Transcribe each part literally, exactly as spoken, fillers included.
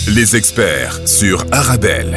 Les experts sur Arabelle.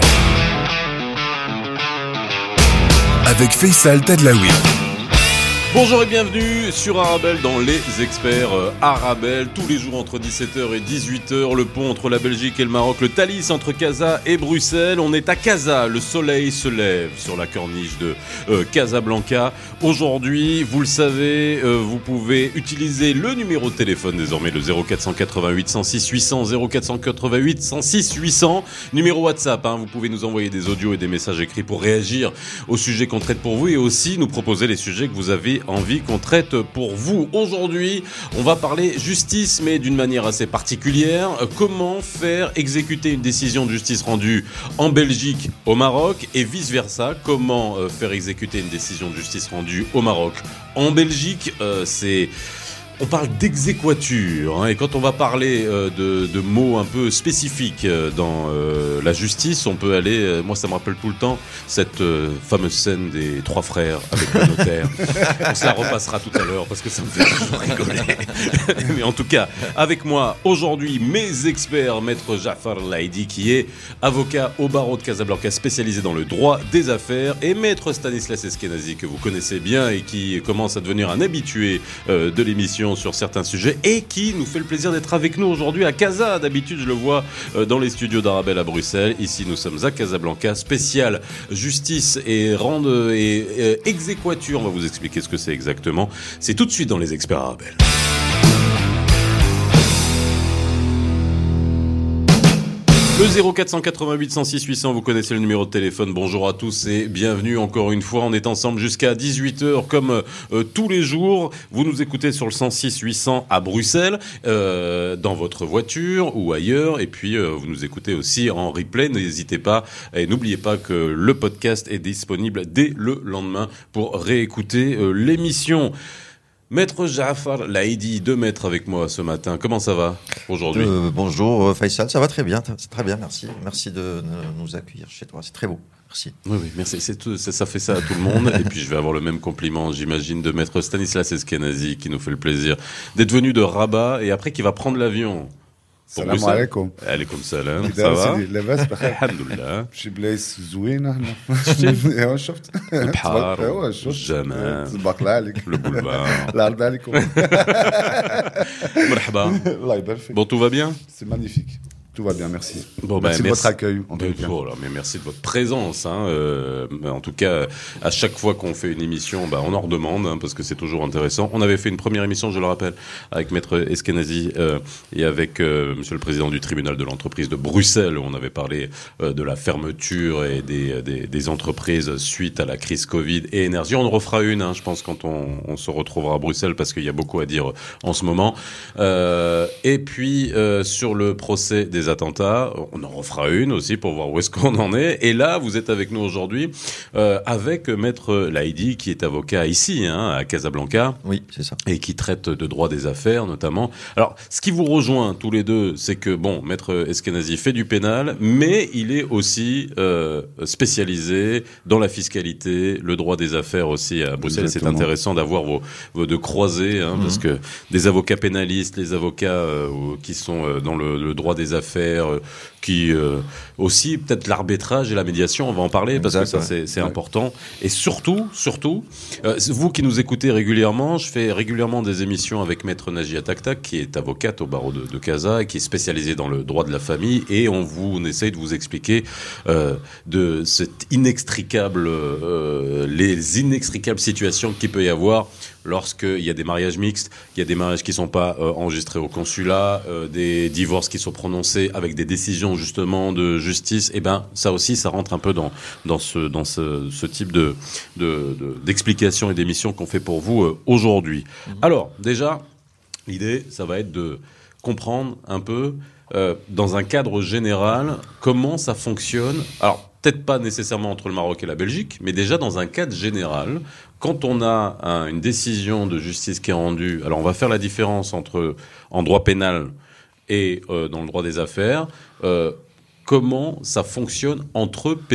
Avec Faisal Tadlaoui. Bonjour et bienvenue sur Arabelle dans Les Experts euh, Arabelle. Tous les jours entre dix-sept heures et dix-huit heures, le pont entre la Belgique et le Maroc, le Thalys entre Casa et Bruxelles. On est à Casa, le soleil se lève sur la corniche de euh, Casablanca. Aujourd'hui, vous le savez, euh, vous pouvez utiliser le numéro de téléphone désormais, le zéro quatre cent quatre-vingt-huit cent six huit cents, zéro quatre cent quatre-vingt-huit cent six huit cents. Numéro WhatsApp, hein, vous pouvez nous envoyer des audios et des messages écrits pour réagir aux sujets qu'on traite pour vous et aussi nous proposer les sujets que vous avez envie qu'on traite pour vous. Aujourd'hui, on va parler justice, mais d'une manière assez particulière. Comment faire exécuter une décision de justice rendue en Belgique au Maroc et vice-versa. Comment euh, faire exécuter une décision de justice rendue au Maroc en Belgique. euh, C'est... On parle d'exéquatur, hein, et quand on va parler euh, de, de mots un peu spécifiques euh, dans euh, la justice, on peut aller, euh, moi ça me rappelle tout le temps, cette euh, fameuse scène des trois frères avec le notaire. On se la repassera tout à l'heure parce que ça me fait toujours rigoler. Mais en tout cas, avec moi aujourd'hui, mes experts, Maître Jafar Laïdi, qui est avocat au barreau de Casablanca, spécialisé dans le droit des affaires, et Maître Stanislas Eskenazi, que vous connaissez bien et qui commence à devenir un habitué euh, de l'émission sur certains sujets et qui nous fait le plaisir d'être avec nous aujourd'hui à Casa. D'habitude, je le vois euh, dans les studios d'Arabelle à Bruxelles. Ici, nous sommes à Casablanca, spécial justice et rende et, et exéquatur. On va vous expliquer ce que c'est exactement. C'est tout de suite dans les experts Arabelle. Le zéro quatre cent quatre-vingt-huit cent six huit cents, vous connaissez le numéro de téléphone. Bonjour à tous et bienvenue encore une fois. On est ensemble jusqu'à dix-huit heures comme euh, tous les jours. Vous nous écoutez sur le cent six huit cents à Bruxelles, euh, dans votre voiture ou ailleurs. Et puis euh, vous nous écoutez aussi en replay. N'hésitez pas et n'oubliez pas que le podcast est disponible dès le lendemain pour réécouter euh, l'émission. Maître Jafar Laïdi, deux maîtres avec moi ce matin. Comment ça va aujourd'hui ? euh, Bonjour Faisal, ça va très bien, c'est très bien, merci. Merci de, de nous accueillir chez toi, c'est très beau. Merci. Oui, oui, merci. C'est tout, ça, ça fait ça à tout le monde. Et puis je vais avoir le même compliment, j'imagine, de Maître Stanislas Eskenazi, qui nous fait le plaisir d'être venu de Rabat et après qui va prendre l'avion. السلام عليكم. عليكم السلام. Ça va? لاباس بخير. الحمد لله. شي بلايص زوينه هنا. ايوا شفت. البحر. ايوا شفت. الجمال. تبارك الله عليك. Le boulevard. الله يرضى عليكم. مرحبا. الله يبارك فيك. Bon, tout va bien? C'est magnifique. Tout va bien, merci. Bon, merci ben, de merci votre accueil. En tout cas. Voilà, mais merci de votre présence. Hein, euh, en tout cas, à chaque fois qu'on fait une émission, bah, on en redemande hein, parce que c'est toujours intéressant. On avait fait une première émission, je le rappelle, avec Maître Eskenazi euh, et avec euh, Monsieur le Président du tribunal de l'entreprise de Bruxelles. Où on avait parlé euh, de la fermeture et des, des, des entreprises suite à la crise Covid et énergie. On en refera une, hein, je pense, quand on, on se retrouvera à Bruxelles parce qu'il y a beaucoup à dire en ce moment. Euh, et puis euh, sur le procès des attentats, on en refera une aussi pour voir où est-ce qu'on en est. Et là, vous êtes avec nous aujourd'hui euh, avec Maître Laïdi, qui est avocat ici, hein, à Casablanca. Oui, c'est ça. Et qui traite de droit des affaires, notamment. Alors, ce qui vous rejoint tous les deux, c'est que, bon, Maître Eskenazi fait du pénal, mais il est aussi euh, spécialisé dans la fiscalité, le droit des affaires aussi à Bruxelles. Exactement. C'est intéressant d'avoir vos, vos deux croisés, hein, mmh. parce que des avocats pénalistes, les avocats euh, qui sont euh, dans le, le droit des affaires, euh, qui euh, aussi peut-être l'arbitrage et la médiation, on va en parler parce exact, que ça ouais. c'est, c'est ouais. important. Et surtout, surtout, euh, vous qui nous écoutez régulièrement, je fais régulièrement des émissions avec Maître Najia Taktak, qui est avocate au barreau de, de Casa et qui est spécialisée dans le droit de la famille, et on vous on essaye de vous expliquer euh, de cette inextricable, euh, les inextricables situations qu'il peut y avoir lorsqu'il y a des mariages mixtes, il y a des mariages qui ne sont pas euh, enregistrés au consulat, euh, des divorces qui sont prononcés avec des décisions justement de justice, et ben ça aussi ça rentre un peu dans dans ce dans ce, ce type de, de, de d'explications et d'émissions qu'on fait pour vous euh, aujourd'hui. Mmh. Alors déjà, l'idée ça va être de comprendre un peu euh, dans un cadre général comment ça fonctionne. Alors peut-être pas nécessairement entre le Maroc et la Belgique, mais déjà dans un cadre général, quand on a un, une décision de justice qui est rendue, alors on va faire la différence entre en droit pénal et euh, dans le droit des affaires, euh, comment ça fonctionne entre pays ?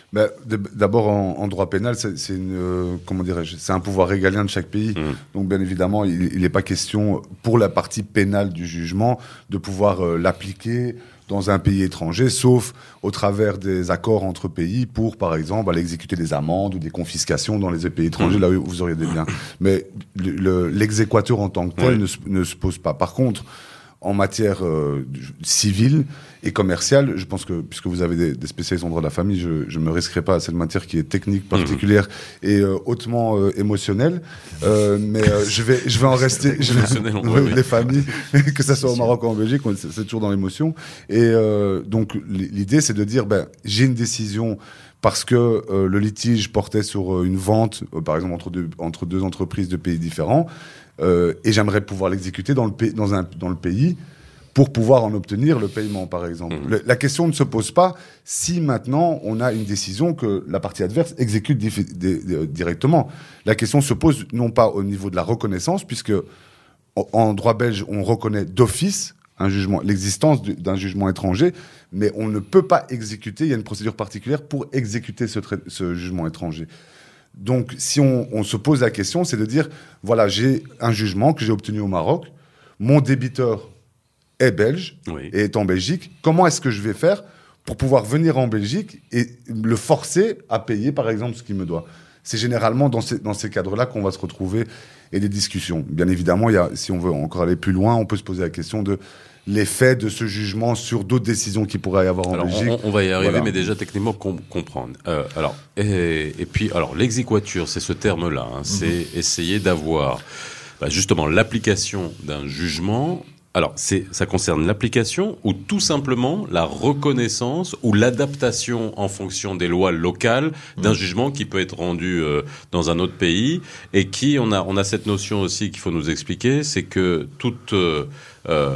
Ben, d'abord, en, en droit pénal, c'est, c'est, une, euh, comment dirais-je, c'est un pouvoir régalien de chaque pays. Mmh. Donc, bien évidemment, il n'est pas question, pour la partie pénale du jugement, de pouvoir euh, l'appliquer dans un pays étranger, sauf au travers des accords entre pays pour, par exemple, aller exécuter des amendes ou des confiscations dans les pays étrangers, mmh. là où vous auriez des biens. Mais le, le, l'exéquateur en tant que tel oui. ne, ne se pose pas. Par contre, en matière euh, civile et commerciale, je pense que, puisque vous avez des, des spécialistes en droit de la famille, je ne me risquerai pas à cette matière qui est technique, particulière mmh. et euh, hautement euh, émotionnelle. Euh, mais euh, je, vais, je vais en rester... Je vais, oui, oui. Les familles, que ça soit au Maroc ou en Belgique, c'est, c'est toujours dans l'émotion. Et euh, donc, l'idée, c'est de dire, ben, j'ai une décision... Parce que euh, le litige portait sur euh, une vente, euh, par exemple, entre deux, entre deux entreprises de pays différents, euh, et j'aimerais pouvoir l'exécuter dans le, pays, dans, un, dans le pays pour pouvoir en obtenir le paiement, par exemple. Mmh. Le, la question ne se pose pas si maintenant on a une décision que la partie adverse exécute dif- di- di- directement. La question se pose non pas au niveau de la reconnaissance, puisque en, en droit belge, on reconnaît d'office un jugement, l'existence du, d'un jugement étranger, mais on ne peut pas exécuter, il y a une procédure particulière pour exécuter ce, tra- ce jugement étranger. Donc, si on, on se pose la question, c'est de dire, voilà, j'ai un jugement que j'ai obtenu au Maroc, mon débiteur est belge oui. et est en Belgique, comment est-ce que je vais faire pour pouvoir venir en Belgique et le forcer à payer, par exemple, ce qu'il me doit ? C'est généralement dans ces, dans ces cadres-là qu'on va se retrouver et des discussions. Bien évidemment, il y a, si on veut encore aller plus loin, on peut se poser la question de l'effet de ce jugement sur d'autres décisions qu'il pourrait y avoir en alors, Belgique. On, on va y arriver, voilà. Mais déjà techniquement com- comprendre. Euh, alors, et, et puis, alors l'exéquature, c'est ce terme-là. Hein, mm-hmm. C'est essayer d'avoir bah, justement l'application d'un jugement. Alors, c'est, ça concerne l'application ou tout simplement la reconnaissance ou l'adaptation en fonction des lois locales d'un mmh. jugement qui peut être rendu euh, dans un autre pays et qui, on a, on a cette notion aussi qu'il faut nous expliquer, c'est que toute... Euh, euh,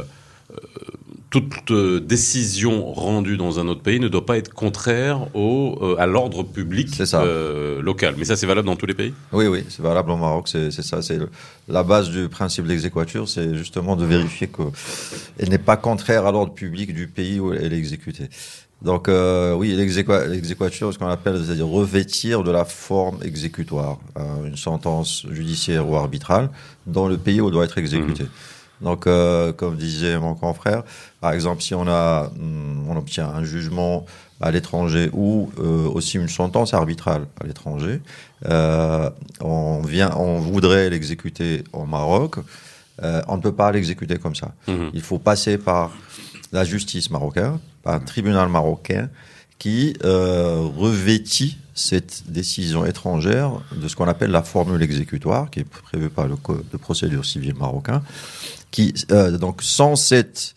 toute euh, décision rendue dans un autre pays ne doit pas être contraire au, euh, à l'ordre public euh, local. Mais ça, c'est valable dans tous les pays ? Oui, oui, c'est valable au Maroc. C'est, c'est ça. C'est le, la base du principe de l'exéquature, c'est justement de vérifier qu'elle n'est pas contraire à l'ordre public du pays où elle est exécutée. Donc, euh, oui, l'exéqua- l'exéquature, ce qu'on appelle, c'est-à-dire revêtir de la forme exécutoire euh, une sentence judiciaire ou arbitrale dans le pays où elle doit être exécutée. Mmh. Donc, euh, comme disait mon confrère, par exemple, si on a, on obtient un jugement à l'étranger ou euh, aussi une sentence arbitrale à l'étranger, euh, on vient, on voudrait l'exécuter au Maroc, euh, on ne peut pas l'exécuter comme ça. Mmh. Il faut passer par la justice marocaine, par un tribunal marocain qui euh, revêtit cette décision étrangère de ce qu'on appelle la formule exécutoire, qui est prévue par le code de procédure civile marocain, qui, euh, donc, sans cette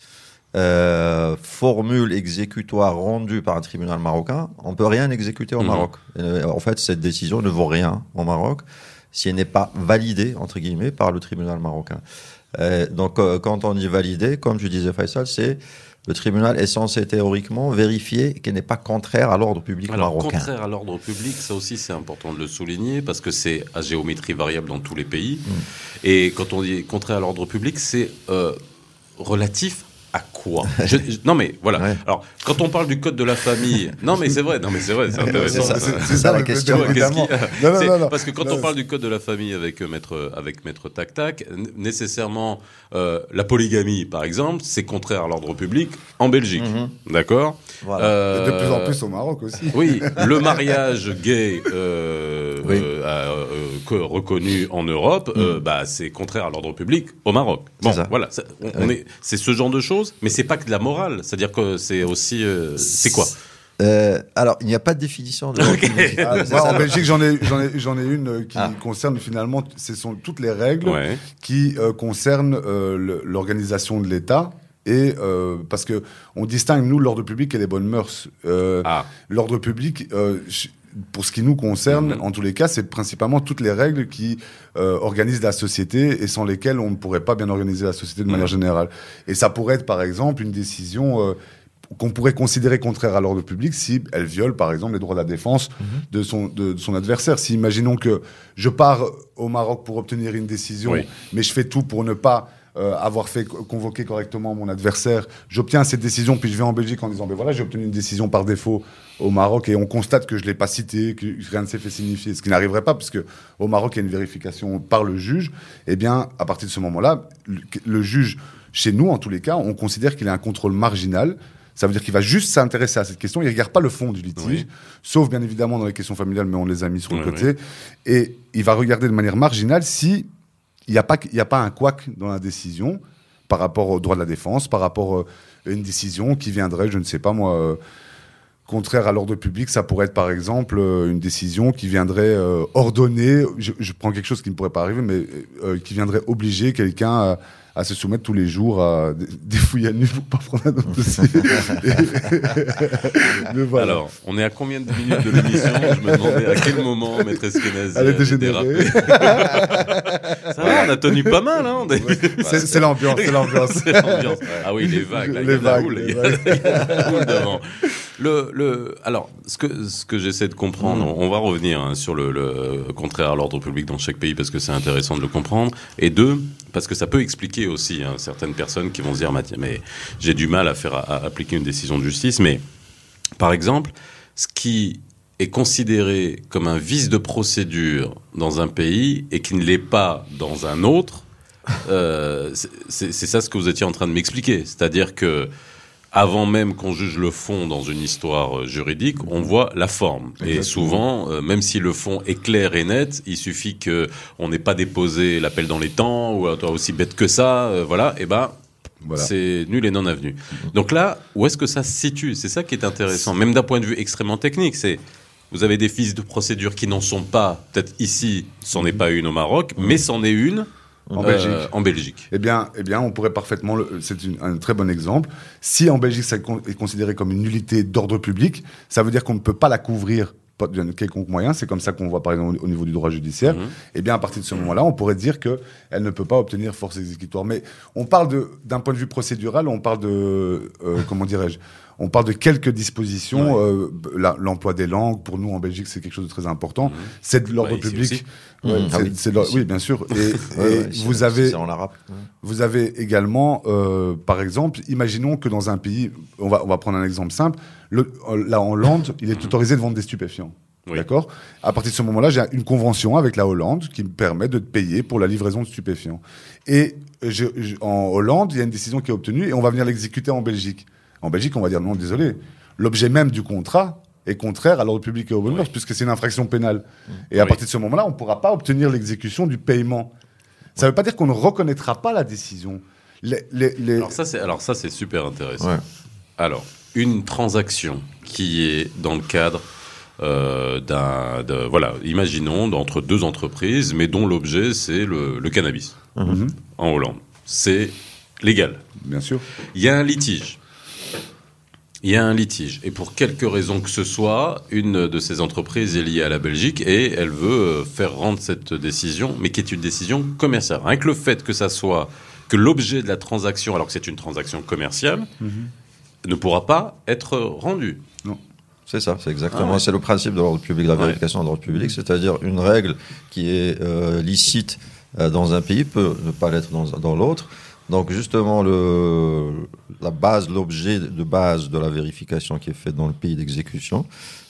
euh, formule exécutoire rendue par un tribunal marocain, on ne peut rien exécuter au mmh. Maroc. Et, en fait, cette décision ne vaut rien au Maroc si elle n'est pas validée, entre guillemets, par le tribunal marocain. Euh, donc, euh, quand on dit validée, comme je disais Faisal, c'est le tribunal est censé théoriquement vérifier qu'elle n'est pas contraire à l'ordre public Alors, marocain. Contraire à l'ordre public, ça aussi c'est important de le souligner parce que c'est à géométrie variable dans tous les pays. Mmh. Et quand on dit contraire à l'ordre public, c'est euh, relatif à quoi ? je, je, Non mais voilà. Ouais. Alors quand on parle du code de la famille, non mais c'est vrai, non mais c'est vrai, c'est intéressant. c'est, ça, c'est, c'est ça la question. Ouais, évidemment. Non, non, non, non. Parce que quand non, on parle du code de la famille avec euh, maître avec maître Tac Tac, nécessairement euh, la polygamie par exemple, c'est contraire à l'ordre public en Belgique, mm-hmm. d'accord ? Voilà. Euh, Et de plus en plus au Maroc aussi. Oui, le mariage gay euh, oui. euh, euh, euh, reconnu en Europe, mm. euh, bah c'est contraire à l'ordre public au Maroc. Bon, c'est voilà, ça, on, on oui. est, c'est ce genre de choses. Mais c'est pas que de la morale, c'est-à-dire que c'est aussi, euh, c'est quoi ? Euh, alors, il n'y a pas de définition de. Okay. Ah, moi, en Belgique, j'en ai, j'en ai, j'en ai une qui ah. concerne finalement, ce sont toutes les règles ouais. qui euh, concernent euh, le, l'organisation de l'État. Et euh, parce que on distingue nous l'ordre public et les bonnes mœurs. Euh, ah. L'ordre public. Euh, Pour ce qui nous concerne, mmh. en tous les cas, c'est principalement toutes les règles qui euh, organisent la société et sans lesquelles on ne pourrait pas bien organiser la société de mmh. manière générale. Et ça pourrait être, par exemple, une décision euh, qu'on pourrait considérer contraire à l'ordre public si elle viole, par exemple, les droits de la défense mmh. de, son, de, de son adversaire. Si, imaginons que je pars au Maroc pour obtenir une décision, oui. mais je fais tout pour ne pas euh, avoir fait co- convoquer correctement mon adversaire, j'obtiens cette décision, puis je vais en Belgique en disant, ben voilà, j'ai obtenu une décision par défaut au Maroc, et on constate que je l'ai pas cité, que rien ne s'est fait signifier, ce qui n'arriverait pas, puisque au Maroc, il y a une vérification par le juge. Eh bien, à partir de ce moment-là, le, le juge, chez nous, en tous les cas, on considère qu'il a un contrôle marginal. Ça veut dire qu'il va juste s'intéresser à cette question. Il ne regarde pas le fond du litige, oui. sauf bien évidemment dans les questions familiales, mais on les a mis sur le oui, côté. Oui. Et il va regarder de manière marginale si il n'y a pas, il n'y a pas un couac dans la décision par rapport au droit de la défense, par rapport à une décision qui viendrait, je ne sais pas moi, euh, contraire à l'ordre public. Ça pourrait être par exemple euh, une décision qui viendrait euh, ordonner, je, je prends quelque chose qui ne pourrait pas arriver, mais euh, qui viendrait obliger quelqu'un à, à se soumettre tous les jours à des, des fouilles à nu pour pas prendre un autre dossier. Mais voilà. Alors, on est à combien de minutes de l'émission? Je me demandais à quel moment Maître Eskenazi a dérapé. Ça va, on a tenu pas mal, hein. Ouais. C'est, c'est l'ambiance, c'est l'ambiance. C'est l'ambiance. Ah oui, les vagues, là, il y a la houle, il y a la houle devant. Le, le, alors, ce que, ce que j'essaie de comprendre, mmh. on va revenir hein, sur le, le contraire à l'ordre public dans chaque pays parce que c'est intéressant de le comprendre. Et deux, parce que ça peut expliquer aussi hein, certaines personnes qui vont se dire mais j'ai du mal à faire à, à appliquer une décision de justice. Mais par exemple, ce qui est considéré comme un vice de procédure dans un pays et qui ne l'est pas dans un autre, euh, c'est, c'est, c'est ça ce que vous étiez en train de m'expliquer. C'est-à-dire que avant même qu'on juge le fond dans une histoire juridique, on voit la forme. Exactement. Et souvent, euh, même si le fond est clair et net, il suffit qu'on n'ait pas déposé l'appel dans les temps, ou euh, aussi bête que ça, euh, voilà, et ben, voilà. C'est nul et non avenu. Donc là, où est-ce que ça se situe? C'est ça qui est intéressant, même d'un point de vue extrêmement technique. C'est, vous avez des vices de procédure qui n'en sont pas, peut-être ici, c'en est pas une au Maroc, mais c'en est une En, euh, Belgique. en Belgique. Eh bien, eh bien, on pourrait parfaitement. Le, c'est une, un très bon exemple. Si en Belgique, ça est considéré comme une nullité d'ordre public, ça veut dire qu'on ne peut pas la couvrir d'un quelconque moyen. C'est comme ça qu'on voit, par exemple, au niveau du droit judiciaire. Mm-hmm. Eh bien, à partir de ce moment-là, on pourrait dire qu'elle ne peut pas obtenir force exécutoire. Mais on parle de, d'un point de vue procédural, on parle de, euh, comment dirais-je, on parle de quelques dispositions. Ouais. Euh, la, l'emploi des langues, pour nous en Belgique, c'est quelque chose de très important. Mmh. C'est de l'ordre ouais, public. Ouais, mmh. c'est, ah oui, c'est de oui, bien sûr. Et, ouais, et ouais, vous c'est, avez, c'est en arabe. Ouais. Vous avez également, euh, par exemple, imaginons que dans un pays, on va, on va prendre un exemple simple. Le, la Hollande, il est autorisé de vendre des stupéfiants. Oui. D'accord. À partir de ce moment-là, j'ai une convention avec la Hollande qui me permet de payer pour la livraison de stupéfiants. Et je, je, en Hollande, il y a une décision qui est obtenue et on va venir l'exécuter en Belgique. En Belgique, on va dire non, désolé. L'objet même du contrat est contraire à l'ordre public et aux bonnes mœurs, oui. puisque c'est une infraction pénale. Mmh. Et à oui. partir de ce moment-là, on ne pourra pas obtenir l'exécution du paiement. Ça ne veut pas dire qu'on ne reconnaîtra pas la décision. Les, les, les... Alors, ça, c'est, alors ça, c'est super intéressant. Ouais. Alors, une transaction qui est dans le cadre euh, d'un... De, voilà, imaginons, entre deux entreprises, mais dont l'objet, c'est le, le cannabis, mmh. en Hollande. C'est légal. Bien sûr. Il y a un litige. Il y a un litige. Et pour quelque raison que ce soit, une de ces entreprises est liée à la Belgique et elle veut faire rendre cette décision, mais qui est une décision commerciale. Rien que le fait que ça soit, que l'objet de la transaction, alors que c'est une transaction commerciale, mm-hmm. ne pourra pas être rendu. Non. C'est ça, c'est exactement, ah ouais. c'est le principe de l'ordre public, la vérification ouais. de l'ordre public, c'est-à-dire une règle qui est euh, licite euh, dans un pays peut ne pas l'être dans, dans l'autre. Donc justement, le, la base, l'objet de base de la vérification qui est faite dans le pays d'exécution,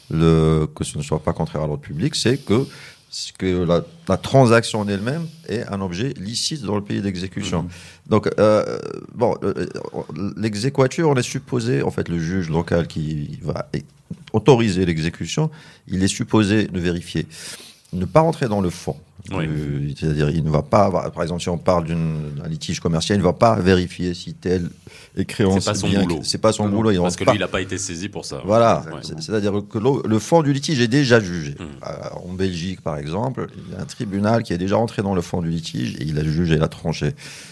le, que ce ne soit pas contraire à l'ordre public, c'est que, que la, la transaction en elle-même est un objet licite dans le pays d'exécution. Mmh. Donc, euh, bon, l'exéquatur, on est supposé, en fait, le juge local qui va autoriser l'exécution, il est supposé de vérifier, ne pas rentrer dans le fond. Oui. Euh, c'est-à-dire, il ne va pas avoir, par exemple, si on parle d'un litige commercial, il ne va pas vérifier si tel est créancier. C'est pas son bien, boulot. C'est pas son non, boulot. Parce que pas... lui, il n'a pas été saisi pour ça. Voilà. C'est, c'est-à-dire que le, le fond du litige est déjà jugé. Hum. Euh, en Belgique, par exemple, il y a un tribunal qui est déjà entré dans le fond du litige et il a jugé, il a tranché.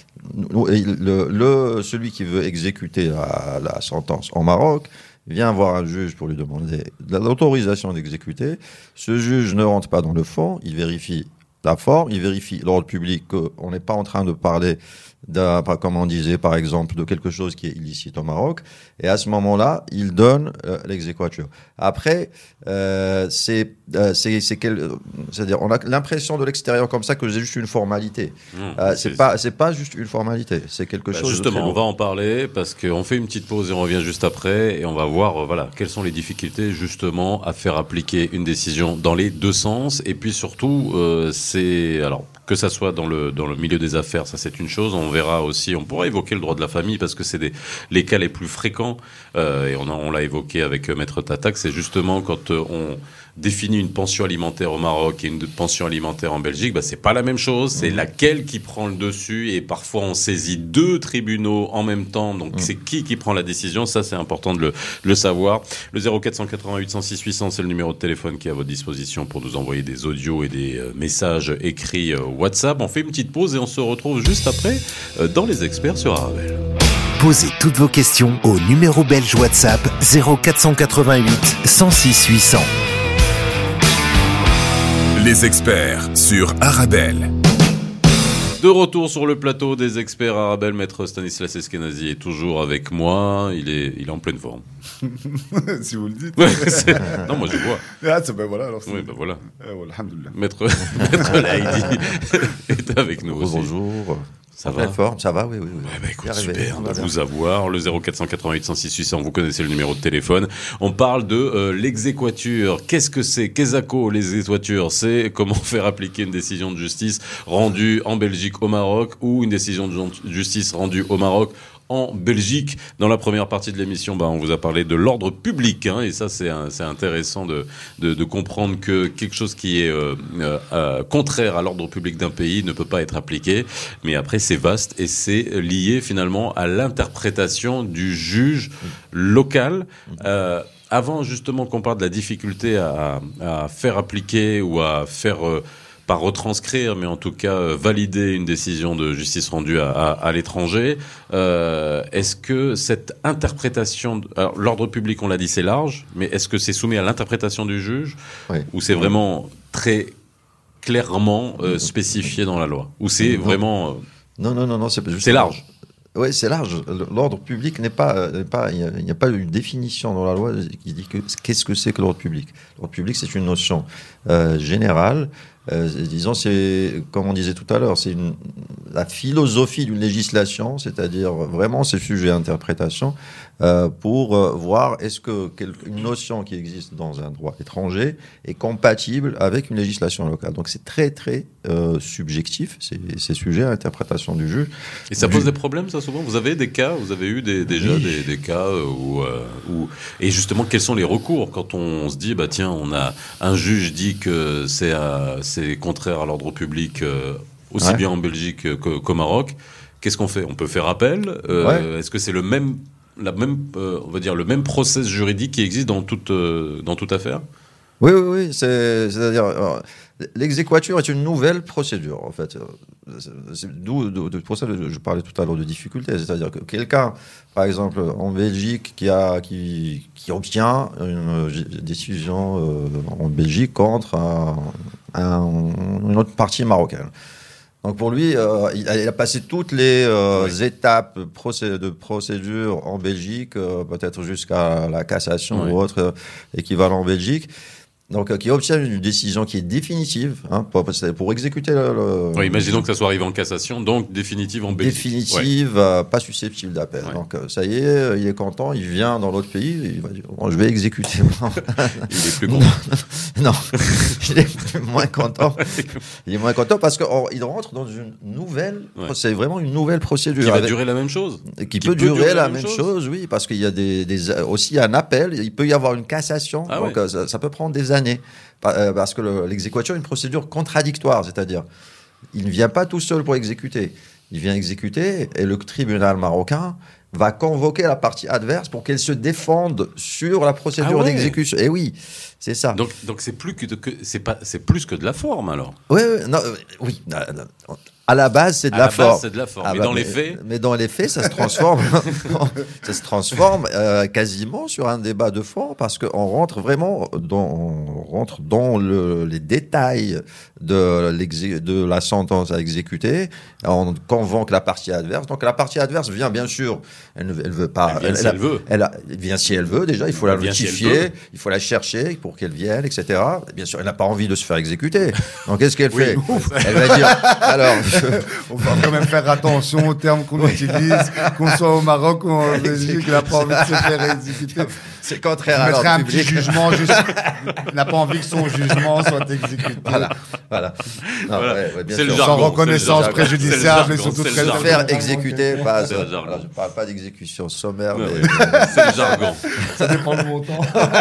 Et le, le, celui qui veut exécuter la, la sentence en Maroc vient voir un juge pour lui demander l'autorisation d'exécuter. Ce juge ne rentre pas dans le fond, il vérifie la forme, il vérifie l'ordre public, qu'on n'est pas en train de parler d'un, comme on disait par exemple, de quelque chose qui est illicite au Maroc, et à ce moment-là, il donne euh, l'exéquatur. Après, euh, c'est, euh, c'est, c'est, quel, c'est-à-dire, on a l'impression de l'extérieur comme ça que c'est juste une formalité. Mmh, euh, c'est, c'est pas, c'est pas juste une formalité, c'est quelque bah chose. Justement, de on va en parler parce qu'on fait une petite pause et on revient juste après et on va voir, euh, voilà, quelles sont les difficultés justement à faire appliquer une décision dans les deux sens, et puis surtout, euh, c'est alors. Que ça soit dans le dans le milieu des affaires, ça c'est une chose. On verra aussi, on pourra évoquer le droit de la famille parce que c'est des les cas les plus fréquents euh, et on a, on l'a évoqué avec Maître Tatak. C'est justement quand euh, on définit une pension alimentaire au Maroc et une pension alimentaire en Belgique, bah c'est pas la même chose. C'est mmh. laquelle qui prend le dessus et parfois on saisit deux tribunaux en même temps. Donc mmh. c'est qui qui prend la décision. Ça c'est important de le, de le savoir. Le zéro quatre cent quatre-vingt-huit cent six huit cents c'est le numéro de téléphone qui est à votre disposition pour nous envoyer des audios et des euh, messages écrits euh, WhatsApp. On fait une petite pause et on se retrouve juste après euh, dans les experts sur Arabelle. Posez toutes vos questions au numéro belge WhatsApp zéro quatre cent quatre-vingt-huit cent six huit cents. Les experts sur Arabelle. De retour sur le plateau des experts Arabelle, Maître Stanislas Eskenazi est toujours avec moi. Il est, il est en pleine forme. Si vous le dites. Non, moi je vois. Ah, c'est, ben voilà, alors c'est... Oui, ben voilà. Euh, ouais, alhamdoulilah. Maître, Maître Laïdi est avec nous aussi. Bonjour. Ça en va? pleine forme, ça va, oui, oui. oui. Ouais, bah, écoute, Arrivé, super de vous avoir. Le zéro quatre cent quatre-vingt-huit cent six huit cents, vous connaissez le numéro de téléphone. On parle de euh, l'exéquatur. Qu'est-ce que c'est? Qu'est-ce l'exéquatur? C'est comment faire appliquer une décision de justice rendue en Belgique au Maroc ou une décision de justice rendue au Maroc en Belgique. Dans la première partie de l'émission, bah, on vous a parlé de l'ordre public, hein, et ça c'est, un, c'est intéressant de, de, de comprendre que quelque chose qui est euh, euh, contraire à l'ordre public d'un pays ne peut pas être appliqué. Mais après c'est vaste et c'est lié finalement à l'interprétation du juge local. Euh, avant justement qu'on parle de la difficulté à, à faire appliquer ou à faire euh, pas retranscrire, mais en tout cas euh, valider une décision de justice rendue à, à, à l'étranger. Euh, est-ce que cette interprétation, de, alors, l'ordre public, on l'a dit, c'est large, mais est-ce que c'est soumis à l'interprétation du juge, oui. ou c'est vraiment très clairement euh, spécifié dans la loi, ou c'est vraiment euh, non non non non c'est juste c'est large. Oui, c'est large. L'ordre public n'est pas, n'est pas, il n'y a, a pas une définition dans la loi qui dit que qu'est-ce que c'est que l'ordre public. L'ordre public, c'est une notion euh, générale. Euh, disons, c'est, comme on disait tout à l'heure, c'est une, la philosophie d'une législation, c'est-à-dire vraiment c'est sujet à interprétation, euh, pour euh, voir est-ce que une notion qui existe dans un droit étranger est compatible avec une législation locale. Donc c'est très très euh, subjectif, c'est, c'est sujet à interprétation du juge. Et ça pose du... des problèmes, ça, souvent? Vous avez des cas, vous avez eu des, déjà oui. des, des cas où, euh, où... Et justement, quels sont les recours quand on se dit, bah tiens, on a un juge dit que c'est... À, c'est contraire à l'ordre public, euh, aussi ouais. bien en Belgique que, qu'au Maroc. Qu'est-ce qu'on fait? On peut faire appel. Euh, ouais. Est-ce que c'est le même, la même, euh, on va dire le même process juridique qui existe dans toute, euh, dans toute affaire? Oui, oui, oui. C'est, c'est-à-dire, alors, l'exéquatur est une nouvelle procédure, en fait. C'est, c'est, d'où, d'où, pour ça, je parlais tout à l'heure de difficulté. C'est-à-dire que quelqu'un, par exemple, en Belgique, qui, a, qui, qui obtient une décision euh, en Belgique contre un, un, une autre partie marocaine. Donc pour lui, euh, il, a, il a passé toutes les euh, oui. étapes procé- de procédure en Belgique, euh, peut-être jusqu'à la cassation oui. ou autre euh, équivalent en Belgique. Donc, euh, qui obtient une décision qui est définitive, hein, pour, pour exécuter le... le oui, imaginons que ça soit arrivé en cassation, donc définitive en Belgique. Définitive, ouais. euh, pas susceptible d'appel. Ouais. Donc, euh, ça y est, il est content, il vient dans l'autre pays, il va dire, bon, je vais exécuter. Il est plus content. Non, non, il est moins content. Il est moins content parce qu'il rentre dans une nouvelle, ouais. c'est vraiment une nouvelle procédure. Qui va avec, durer la même chose. Qui, qui peut, peut durer, durer la, la même chose, chose, oui, parce qu'il y a des, des, aussi un appel, il peut y avoir une cassation, ah, donc ouais. euh, ça, ça peut prendre des années. Année, parce que le, l'exéquatur est une procédure contradictoire, c'est-à-dire il ne vient pas tout seul pour exécuter, il vient exécuter et le tribunal marocain va convoquer la partie adverse pour qu'elle se défende sur la procédure ah ouais. d'exécution. Et oui, C'est ça. Donc, donc c'est plus que, de, que c'est pas, c'est plus que de la forme alors. Oui, oui, non, euh, oui. non, non. À la base, c'est de à la, la forme. Base, c'est de la forme. Ah mais bah, dans mais, les faits, mais dans les faits, ça se transforme, ça se transforme euh, quasiment sur un débat de fond parce qu'on rentre vraiment dans, on rentre dans le, les détails de, de la sentence à exécuter. On convoque la partie adverse. Donc la partie adverse vient bien sûr, elle ne elle veut pas. Elle vient elle, si elle, elle veut. Elle, a, elle vient si elle veut. Déjà, il faut elle la notifier, si il faut la chercher pour qu'elle vienne, et cetera. Bien sûr, elle n'a pas envie de se faire exécuter. Donc qu'est-ce qu'elle oui. fait? Elle va dire. Alors, on va quand même faire attention aux termes qu'on utilise, qu'on soit au Maroc ou en Belgique, il n'a pas envie de se faire exécuter. C'est contraire à l'ordre l'ordre un public. petit jugement, juste, il n'a pas envie que son jugement soit exécuté. Voilà, voilà. Non, voilà. ouais, ouais, bien c'est sûr. le jargon, sans reconnaissance c'est le préjudiciable et jargon, surtout c'est le très jargon. Faire exécuter, pas. C'est le Ça, jargon. voilà, je parle pas d'exécution sommaire, Ouais, mais ouais. C'est le jargon. Ça dépend du montant.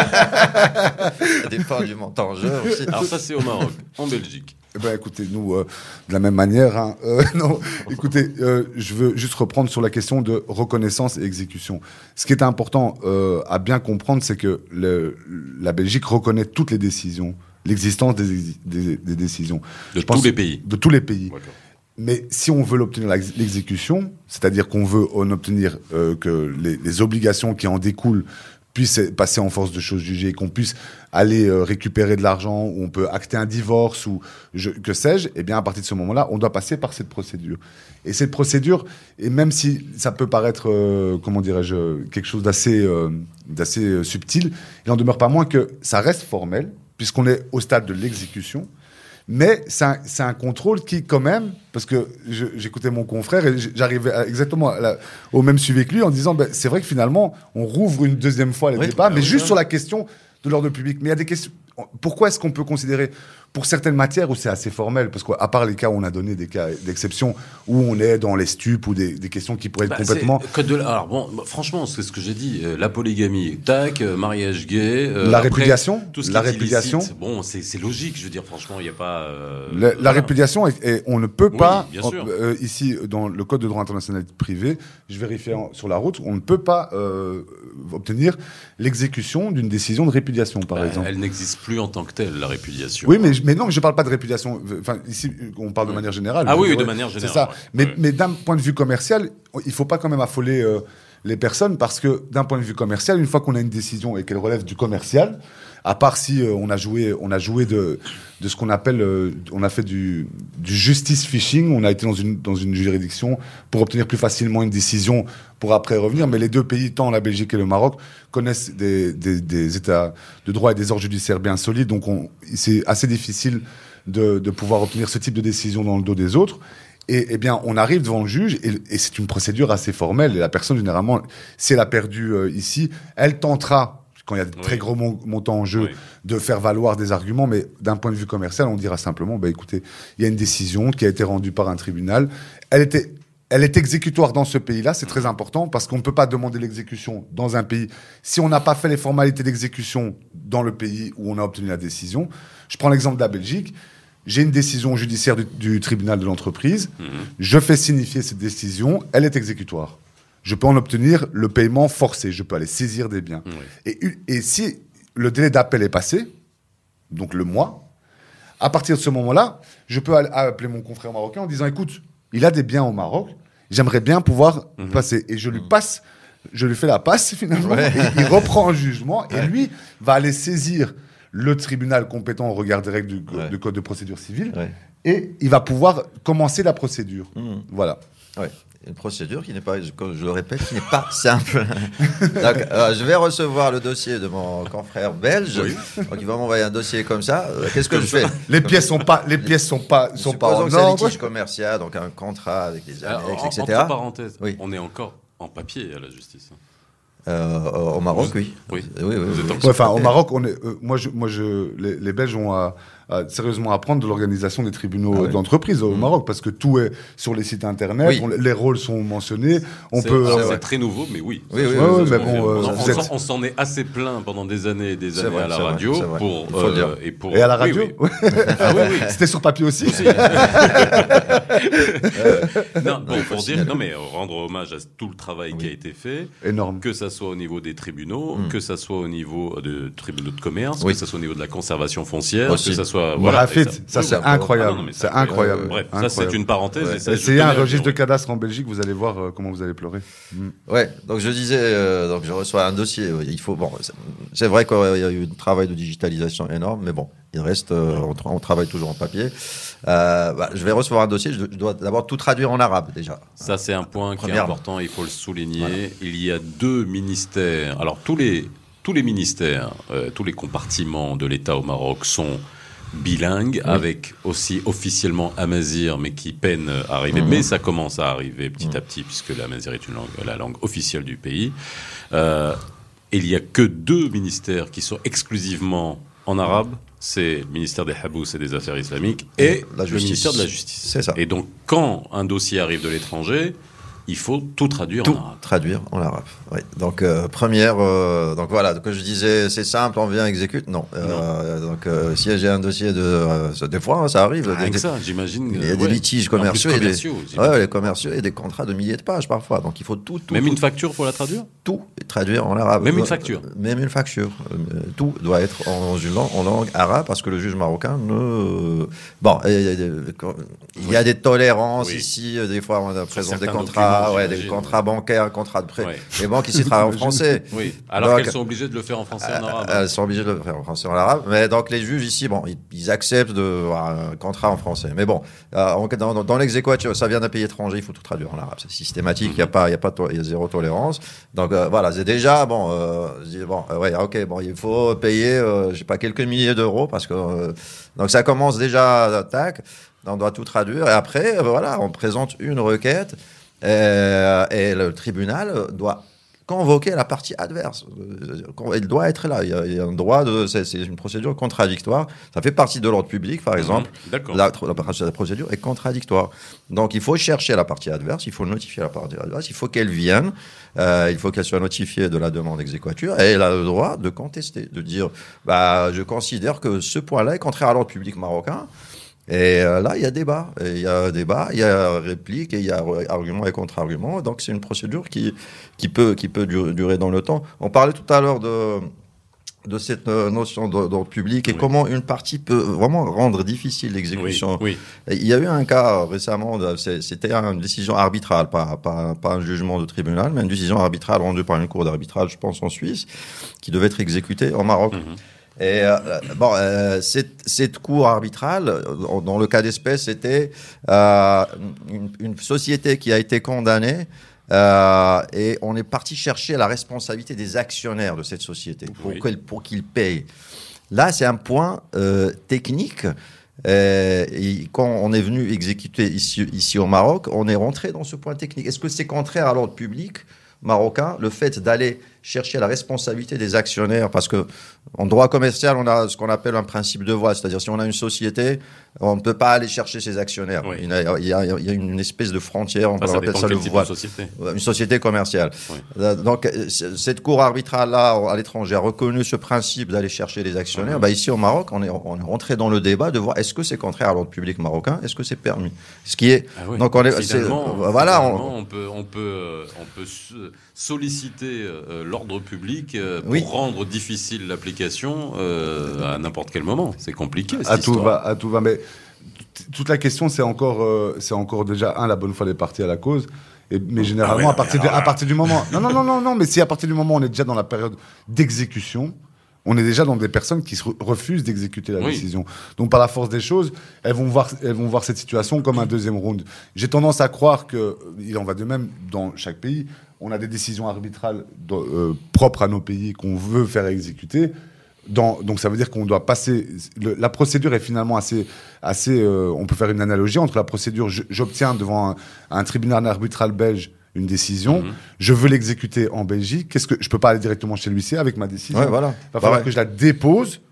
ça dépend du montant en jeu aussi. Alors ça c'est au Maroc, en Belgique. Eh ben, écoutez, nous, euh, de la même manière, hein, euh, non, écoutez, euh, je veux juste reprendre sur la question de reconnaissance et exécution. Ce qui est important euh, à bien comprendre, c'est que le, la Belgique reconnaît toutes les décisions, l'existence des, des, des décisions. De Je pense, tous les pays. De tous les pays. D'accord. Mais si on veut l'obtenir l'exécution, c'est-à-dire qu'on veut en obtenir euh, que les, les obligations qui en découlent puissent passer en force de choses jugées, qu'on puisse aller euh, récupérer de l'argent, ou on peut acter un divorce, ou je, que sais-je, eh bien, à partir de ce moment-là, on doit passer par cette procédure. Et cette procédure, et même si ça peut paraître, euh, comment dirais-je, quelque chose d'assez euh, d'assez euh, subtil, il n'en demeure pas moins que ça reste formel, puisqu'on est au stade de l'exécution. Mais c'est un, c'est un contrôle qui, quand même, parce que je, j'écoutais mon confrère et j'arrivais à, exactement à la, au même suivi que lui en disant, ben, c'est vrai que finalement, on rouvre une deuxième fois les oui, débats, mais oui, juste oui. sur la question de l'ordre public. Mais il y a des questions. Pourquoi est-ce qu'on peut considérer, pour certaines matières où c'est assez formel, parce qu'à part les cas où on a donné des cas d'exception, où on est dans les stupes ou des, des questions qui pourraient être Bah, complètement... code de la... Alors bon, bah, franchement, c'est ce que j'ai dit. Euh, la polygamie, tac, euh, mariage gay... Euh, la après, répudiation tout ce qui La est répudiation illicite, bon, c'est, c'est logique, je veux dire, franchement, il n'y a pas... Euh, La, la voilà. répudiation, est, est- on ne peut Oui, pas, bien en- sûr. euh, ici, dans le Code de droit international privé, je vérifiais en- sur la route, on ne peut pas euh, obtenir l'exécution d'une décision de répudiation, par Bah, exemple. elle n'existe plus en tant que telle, la répudiation. Oui, mais, je- mais non, je ne parle pas de répudiation. Enfin, ici, on parle de Ouais. manière générale. Ah Je oui, veux de dire, manière C'est générale, ça. ouais. Mais, Ouais. mais d'un point de vue commercial, il ne faut pas quand même affoler euh, les personnes parce que d'un point de vue commercial, une fois qu'on a une décision et qu'elle relève du commercial, à part si euh, on a joué, on a joué de, de ce qu'on appelle, euh, on a fait du, du justice fishing, on a été dans une, dans une juridiction pour obtenir plus facilement une décision pour après revenir. Mais les deux pays, tant la Belgique et le Maroc, connaissent des, des, des états de droit et des ordres judiciaires bien solides, donc on, c'est assez difficile de, de pouvoir obtenir ce type de décision dans le dos des autres. Et eh bien, on arrive devant le juge et, et c'est une procédure assez formelle. Et la personne, généralement, si elle a perdu euh, ici, elle tentera, quand il y a de Oui. très gros mon- montants en jeu, Oui. de faire valoir des arguments. Mais d'un point de vue commercial, on dira simplement, bah, écoutez, il y a une décision qui a été rendue par un tribunal. Elle était, elle est exécutoire dans ce pays-là. C'est très important parce qu'on ne peut pas demander l'exécution dans un pays si on n'a pas fait les formalités d'exécution dans le pays où on a obtenu la décision. Je prends l'exemple de la Belgique. J'ai une décision judiciaire du, du tribunal de l'entreprise. Mhm. Je fais signifier cette décision. Elle est exécutoire. Je peux en obtenir le paiement forcé. Je peux aller saisir des biens. Oui. Et, et si le délai d'appel est passé, donc le mois, à partir de ce moment-là, je peux aller- appeler mon confrère marocain en disant, écoute, il a des biens au Maroc, j'aimerais bien pouvoir Mhm. passer. Et je lui passe, je lui fais la passe finalement, Ouais. et il reprend un jugement, et lui va aller saisir le tribunal compétent au regard des règles du, Ouais. du Code de procédure civile, Ouais. et il va pouvoir commencer la procédure. Mhm. Voilà. Ouais. Une procédure qui n'est pas, je, je le répète, qui n'est pas simple. Donc, euh, je vais recevoir le dossier de mon confrère belge. Oui. Donc, il va m'envoyer un dossier comme ça. Euh, Qu'est-ce que je fais? Les pièces sont pas, les pièces sont pas, sont pas Supposons en que c'est un ordre. litige commercial, donc un contrat avec les Alors, annexes, en- et cetera. Entre parenthèses, Oui. on est encore en papier à la justice. Euh, au Maroc, oui. Oui. Oui, oui, Vous oui, êtes oui. en- Ouais, enfin, au Maroc, on est, euh, moi, je, moi, je, les, les Belges ont à, à sérieusement apprendre de l'organisation des tribunaux ah ouais. d'entreprise au mmh. Maroc, parce que tout est sur les sites internet, oui. on, les rôles sont mentionnés. On c'est, peut. alors, Euh, c'est très nouveau, mais oui. Oui, oui, ouais, oui, ouais, mais oui, bon, oui, euh, on, vous on, êtes- s'en, on s'en est assez plaint pendant des années et des C'est années vrai, à la c'est vrai, radio c'est vrai. pour, Il faut le dire. et pour Et à la radio. oui, oui. Ah oui, oui. C'était sur papier aussi. Aussi. non, bon, pour dire, non mais rendre hommage à tout le travail Oui. qui a été fait, Énorme. que ça soit au niveau des tribunaux, Mm. que ça soit au niveau de tribunaux de commerce, Oui. que ça soit au niveau de la conservation foncière, Aussi. que ça soit Voilà, et Rafid, ça, oui, c'est oui. incroyable. Ah non, non, mais c'est incroyable. Bref, incroyable. ça c'est une parenthèse. Ouais. Et ça, je Essayez un tenais à registre de dire, cadastre en Belgique, vous allez voir euh, comment vous allez pleurer. Mm. Ouais, donc je disais, euh, donc je reçois un dossier. Oui, il faut, bon, c'est, c'est vrai qu'il y a eu un travail de digitalisation énorme, mais bon, il reste, euh, on, tra- on travaille toujours en papier. Euh, bah, je vais recevoir un dossier, je, je dois d'abord tout traduire en arabe déjà. Ça, c'est un point qui est Premièrement. important, il faut le souligner. Voilà. Il y a deux ministères. Alors, tous les, tous les ministères, euh, tous les compartiments de l'État au Maroc sont bilingues, Oui. avec aussi officiellement Amazigh, mais qui peine à arriver. Mhm. Mais ça commence à arriver petit Mhm. à petit, puisque l'Amazigh est une langue, la langue officielle du pays. Euh, il n'y a que deux ministères qui sont exclusivement en arabe. C'est le ministère des Habous et des Affaires islamiques et La le justice. ministère de la Justice. C'est ça. Et donc, quand un dossier arrive de l'étranger, il faut tout traduire Tout en arabe. traduire en arabe. Oui. Donc euh, première, euh, donc voilà, que je disais, c'est simple, on vient exécute. Non. Euh, donc euh, si j'ai un dossier de, euh, ça- des fois hein, ça arrive. Rien des, que ça, j'imagine. il y a euh, des ouais. litiges En plus, commerciaux, et des, commerciaux, ouais, les commerciaux et des contrats de milliers de pages parfois. Donc il faut tout, tout, Même tout, une facture pour la traduire tout traduire en arabe. Même une facture. Même une facture. Euh, Tout doit être en une langue, en langue arabe parce que le juge marocain ne. Bon, il y a des, il y a des tolérances Oui. ici. Des fois, on présente des certains contrats, documents, ouais, des j'imagine. contrats bancaires, contrats de prêt. Ouais. Les banques ici travaillent en français. Oui. Alors Donc, qu'elles sont obligées de le faire en français et en Euh, arabe. Elles sont obligées de le faire en français et en arabe. Mais donc, les juges ici, bon, ils, ils acceptent de voir un contrat en français. Mais bon, euh, en- dans, dans, dans l'exéquatur, ça vient d'un pays étranger, il faut tout traduire en arabe. C'est systématique, il y a pas, il y a pas, de to- il y a zéro tolérance. Donc, euh, voilà, c'est déjà, bon, euh, je dis, bon, euh, ouais, ok, bon, il faut payer, euh, je sais pas, quelques milliers d'euros parce que, euh, donc ça commence déjà, tac, on doit tout traduire. Et après, euh, voilà, on présente une requête, euh, et le tribunal doit convoquer la partie adverse. Il doit être là. Il y a, il y a un droit de. C'est, c'est une procédure contradictoire. Ça fait partie de l'ordre public, par exemple. Mmh. D'accord. La, la, la procédure est contradictoire. Donc, il faut chercher la partie adverse. Il faut notifier la partie adverse. Il faut qu'elle vienne. Euh, il faut qu'elle soit notifiée de la demande d'exéquatur. Et elle a le droit de contester, de dire, bah, je considère que ce point-là est contraire à l'ordre public marocain. Et euh, là, il y a débat. Et il y a débat, il y a réplique, et il y a argument et contre-argument. Donc, c'est une procédure qui, qui peut, qui peut durer, durer dans le temps. On parlait tout à l'heure de, de cette notion d'ordre public et Oui. comment une partie peut vraiment rendre difficile l'exécution. Oui, oui. Il y a eu un cas récemment, c'était une décision arbitrale, pas, pas, pas un jugement de tribunal, mais une décision arbitrale rendue par une cour d'arbitrage, je pense, en Suisse, qui devait être exécutée au Maroc. Mhm. Et euh, bon, euh, cette, cette cour arbitrale, dans le cas d'espèce, c'était euh, une, une société qui a été condamnée euh, et on est parti chercher la responsabilité des actionnaires de cette société pour, Oui. qu'elle- pour qu'ils payent. Là, c'est un point euh, technique. Euh, et quand on est venu exécuter ici, ici au Maroc, on est rentré dans ce point technique. Est-ce que c'est contraire à l'ordre public marocain, le fait d'aller chercher la responsabilité des actionnaires, parce que en droit commercial, on a ce qu'on appelle un principe de voie, c'est-à-dire si on a une société, on ne peut pas aller chercher ses actionnaires. Oui. Il, y a, il, y a, il y a une espèce de frontière, on Enfin, ça appelle dépend ça le quel type voile. de société. Une société commerciale. Oui. Euh, Donc, euh, c- cette cour arbitrale-là, à l'étranger, a reconnu ce principe d'aller chercher les actionnaires. Mhm. Bah, ici, au Maroc, on est, on est rentré dans le débat de voir est-ce que c'est contraire à l'ordre public marocain, est-ce que c'est permis. Ce qui est. Ah oui. Donc, on est. Finalement, c'est- voilà. on- finalement, on, peut, on peut, euh, on peut s- solliciter euh, l'ordre public euh, pour Oui. rendre difficile l'application euh, à n'importe quel moment. C'est compliqué. Cette À tout histoire. va, à tout va. Mais t- toute la question, c'est encore, euh, c'est encore déjà un, la bonne foi des parties à la cause. Et, mais généralement, Ah ouais, non, à, partir mais de, alors à là- partir du moment, non, non, non, non, non, mais si à partir du moment où on est déjà dans la période d'exécution, on est déjà dans des personnes qui se re- refusent d'exécuter la Oui. décision. Donc, par la force des choses, elles vont voir, elles vont voir cette situation comme un deuxième round. J'ai tendance à croire que il en va de même dans chaque pays. On a des décisions arbitrales dans- euh, propres à nos pays qu'on veut faire exécuter. Dans, donc ça veut dire qu'on doit passer. Le, la procédure est finalement assez, assez. Euh, on peut faire une analogie entre la procédure. je- J'obtiens devant un, un tribunal arbitral belge une décision. Mhm. Je veux l'exécuter en Belgique. Qu'est-ce que je peux pas aller directement chez l'huissier avec ma décision. Ouais, voilà. Il va falloir Pareil. que je la dépose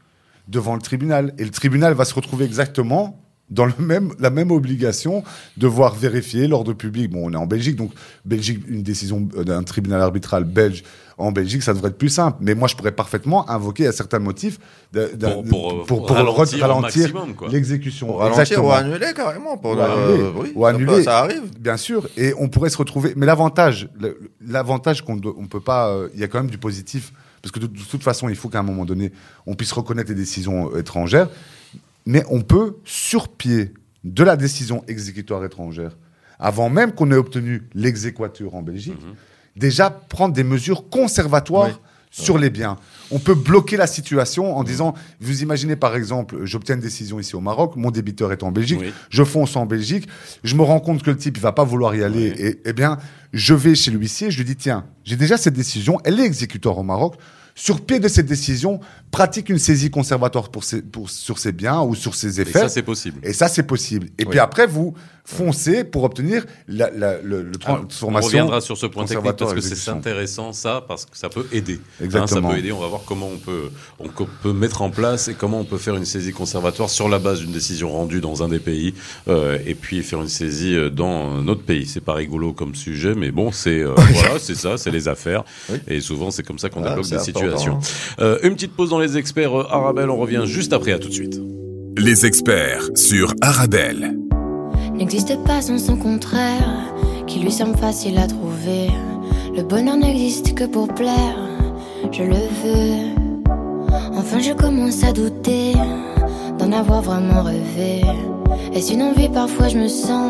devant le tribunal. Et le tribunal va se retrouver exactement dans le même, la même obligation de devoir vérifier l'ordre public. Bon, on est en Belgique, donc Belgique, une décision d'un tribunal arbitral belge en Belgique, ça devrait être plus simple. Mais moi, je pourrais parfaitement invoquer à certains motifs de, de, pour, pour, pour, pour, pour ralentir, ralentir maximum, quoi. l'exécution. Pour ralentir Exactement. ou annuler carrément. Pour Ou le, annuler. euh, oui, Ou ça annuler. peut- Ça arrive. Bien sûr, et on pourrait se retrouver. Mais l'avantage, le- l'avantage qu'on doit- on peut pas, euh, il y a quand même du positif, parce que de, de toute façon, il faut qu'à un moment donné, on puisse reconnaître les décisions euh, étrangères, mais on peut sur pied de la décision exécutoire étrangère, avant même qu'on ait obtenu l'exéquatur en Belgique, mm-hmm. déjà prendre des mesures conservatoires. Oui. Sur les biens. On peut bloquer la situation en disant, vous imaginez par exemple, j'obtiens une décision ici au Maroc, mon débiteur est en Belgique, oui. je fonce en Belgique, je me rends compte que le type il va pas vouloir y aller, oui. et eh bien, je vais chez l'huissier, je lui dis, tiens, j'ai déjà cette décision, elle est exécutoire au Maroc, sur pied de cette décision, pratique une saisie conservatoire pour ses, pour, sur ses biens ou sur ses effets. Et ça, c'est possible. Et ça, c'est possible. Et oui. puis après, vous foncez pour obtenir la, la, le, le transformation. On reviendra sur ce point technique parce que c'est intéressant, ça, parce que ça peut aider. Exactement. Hein, ça peut aider. On va voir comment on peut, on peut mettre en place et comment on peut faire une saisie conservatoire sur la base d'une décision rendue dans un des pays euh, et puis faire une saisie dans notre pays. C'est pas rigolo comme sujet, mais bon, c'est euh, voilà, c'est ça, c'est les affaires. Oui. Et souvent, c'est comme ça qu'on ah, débloque des situations. Euh, une petite pause dans les experts euh, Arabelle, on revient juste après, à tout de suite. Les experts sur Arabelle. N'existe pas sans son contraire, qui lui semble facile à trouver. Le bonheur n'existe que pour plaire, je le veux. Enfin je commence à douter d'en avoir vraiment rêvé. Est-ce une envie? Parfois je me sens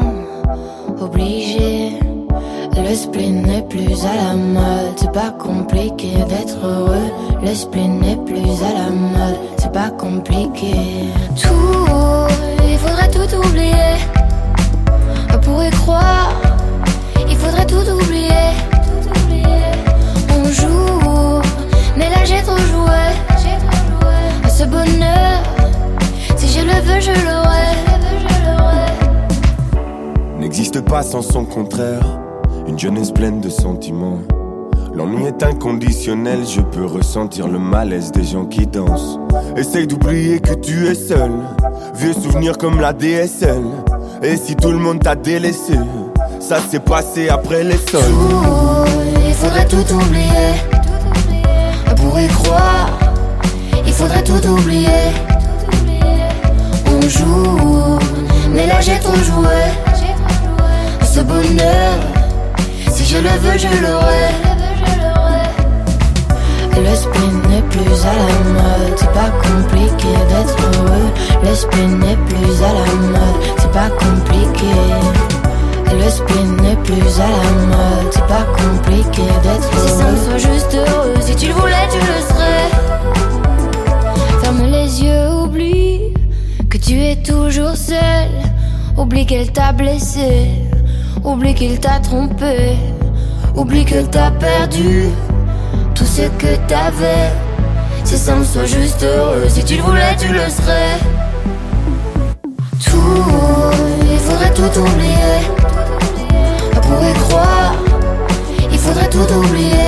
obligée. Le spleen n'est plus à la mode, c'est pas compliqué d'être heureux. Le spleen n'est plus à la mode, c'est pas compliqué. Tout, il faudrait tout oublier. Pour y croire, il faudrait tout oublier. On joue, mais là j'ai trop joué. À ce bonheur, si je le veux, je l'aurai. N'existe pas sans son contraire. Une jeunesse pleine de sentiments. L'ennui est inconditionnel, je peux ressentir le malaise des gens qui dansent. Essaye d'oublier que tu es seul. Vieux souvenirs comme la D S L. Et si tout le monde t'a délaissé, ça s'est passé après les sols. Tout, il faudrait tout oublier. Pour y croire, il faudrait tout oublier. On joue, mais là j'ai trop joué. Ce bonheur, si je le veux, je l'aurai. Le spleen n'est plus à la mode, c'est pas compliqué d'être heureux. Le spleen n'est plus à la mode, c'est pas compliqué. Le spleen n'est plus à la mode, c'est pas compliqué d'être heureux. Si simple, sois juste heureux, si tu le voulais, tu le serais. Ferme les yeux, oublie que tu es toujours seul. Oublie qu'elle t'a blessé, oublie qu'il t'a trompé, oublie que t'as perdu tout ce que t'avais. C'est simple, sois juste heureux, si tu le voulais, tu le serais. Tout, il faudrait tout oublier. Pour y croire, il faudrait tout oublier.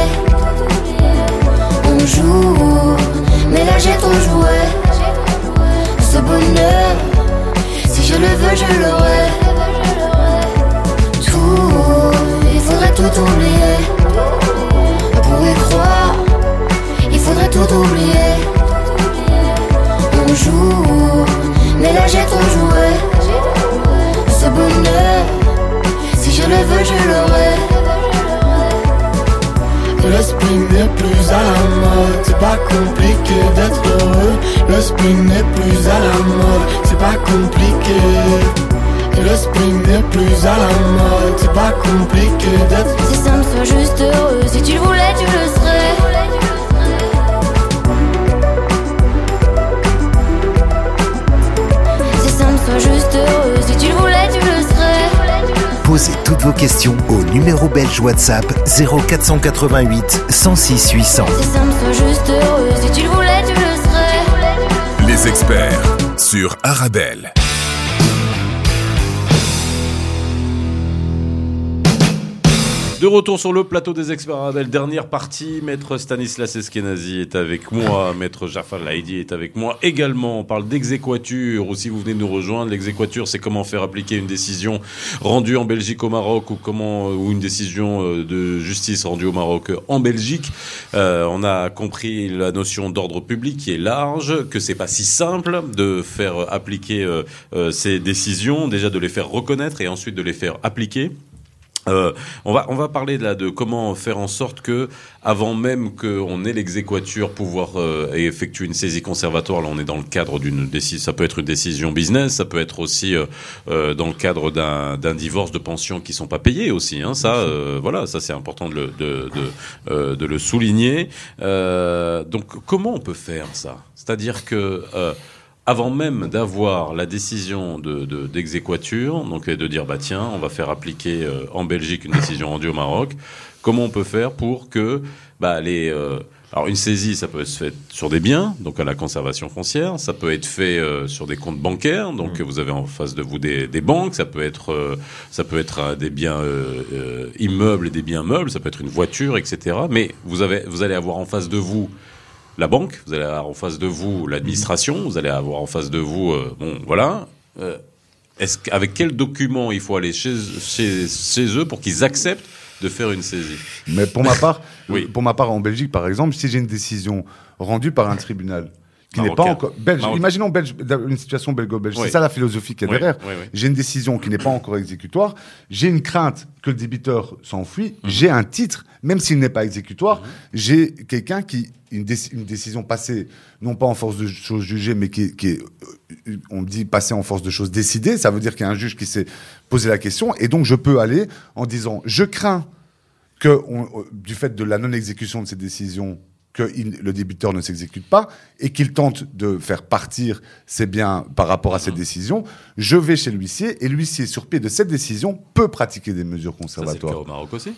On joue, mais là j'ai trop joué. Ce bonheur, si je le veux, je l'aurai. Tout, il faudrait tout oublier. Pour y croire, il faudrait tout oublier. On joue, mais là j'ai trop joué. Ce bonheur, si je le veux, je l'aurai. Le spleen n'est plus à la mode, c'est pas compliqué d'être heureux. Le spleen n'est plus à la mode, c'est pas compliqué. Le spleen n'est plus à la mode, c'est pas compliqué d'être. C'est simple, sois juste heureux, si tu le voulais, tu le serais. C'est simple, sois juste heureux, si tu le voulais, tu le serais. Posez toutes vos questions au numéro belge WhatsApp zéro quatre cent quatre-vingt-huit cent six huit cents. C'est simple, sois juste heureux, si tu le voulais, tu le serais. Les experts sur Arabelle. De retour sur le plateau des experts Arabel, dernière partie. Maître Stanislas Eskenazi est avec moi, Maître Jafar Laïdi est avec moi également. On parle d'exéquature, ou si vous venez de nous rejoindre, l'exéquature, c'est comment faire appliquer une décision rendue en Belgique au Maroc, ou comment ou une décision de justice rendue au Maroc en Belgique. Euh, on a compris la notion d'ordre public qui est large, que c'est pas si simple de faire appliquer euh, euh, ces décisions, déjà de les faire reconnaître et ensuite de les faire appliquer. Euh, on va on va parler là de comment faire en sorte que avant même qu'on ait l'exéquature pouvoir euh, effectuer une saisie conservatoire. Là on est dans le cadre d'une décision, ça peut être une décision business, ça peut être aussi euh, euh, dans le cadre d'un d'un divorce, de pensions qui sont pas payées aussi, hein, ça euh, voilà, ça c'est important de le de de, euh, de le souligner. Euh, donc comment on peut faire ça? C'est-à-dire que euh, avant même d'avoir la décision de, de, d'exéquature, donc de dire bah tiens, on va faire appliquer euh, en Belgique une décision rendue au Maroc, comment on peut faire pour que bah les euh, alors une saisie, ça peut se faire sur des biens, donc à la conservation foncière, ça peut être fait euh, sur des comptes bancaires, donc mmh. vous avez en face de vous des, des banques, ça peut être euh, ça peut être euh, des biens euh, euh, immeubles et des biens meubles, ça peut être une voiture, et cetera. Mais vous avez vous allez avoir en face de vous la banque, vous allez avoir en face de vous l'administration, vous allez avoir en face de vous, euh, bon, voilà. Euh, est-ce qu'avec quel document il faut aller chez, chez, chez eux pour qu'ils acceptent de faire une saisie? Mais pour ma part, oui. pour ma part en Belgique, par exemple, si j'ai une décision rendue par un tribunal qui n'est pas encore belge, Marocain. Imaginons belge, une situation belgo-belge, oui. c'est ça la philosophie qui est oui. derrière. Oui, oui. J'ai une décision qui n'est pas encore exécutoire, j'ai une crainte que le débiteur s'enfuit, mmh. j'ai un titre, même s'il n'est pas exécutoire, mmh. j'ai quelqu'un qui Une, dé- une décision passée, non pas en force de choses jugées, mais qui est, qui est, on dit passée en force de choses décidées. Ça veut dire qu'il y a un juge qui s'est posé la question. Et donc, je peux aller en disant, je crains que, on, du fait de la non-exécution de ces décisions, que il, le débiteur ne s'exécute pas et qu'il tente de faire partir ses biens par rapport à cette mmh. décision. Je vais chez l'huissier et l'huissier, sur pied de cette décision, peut pratiquer des mesures conservatoires. Ça, c'est le cas au Maroc aussi?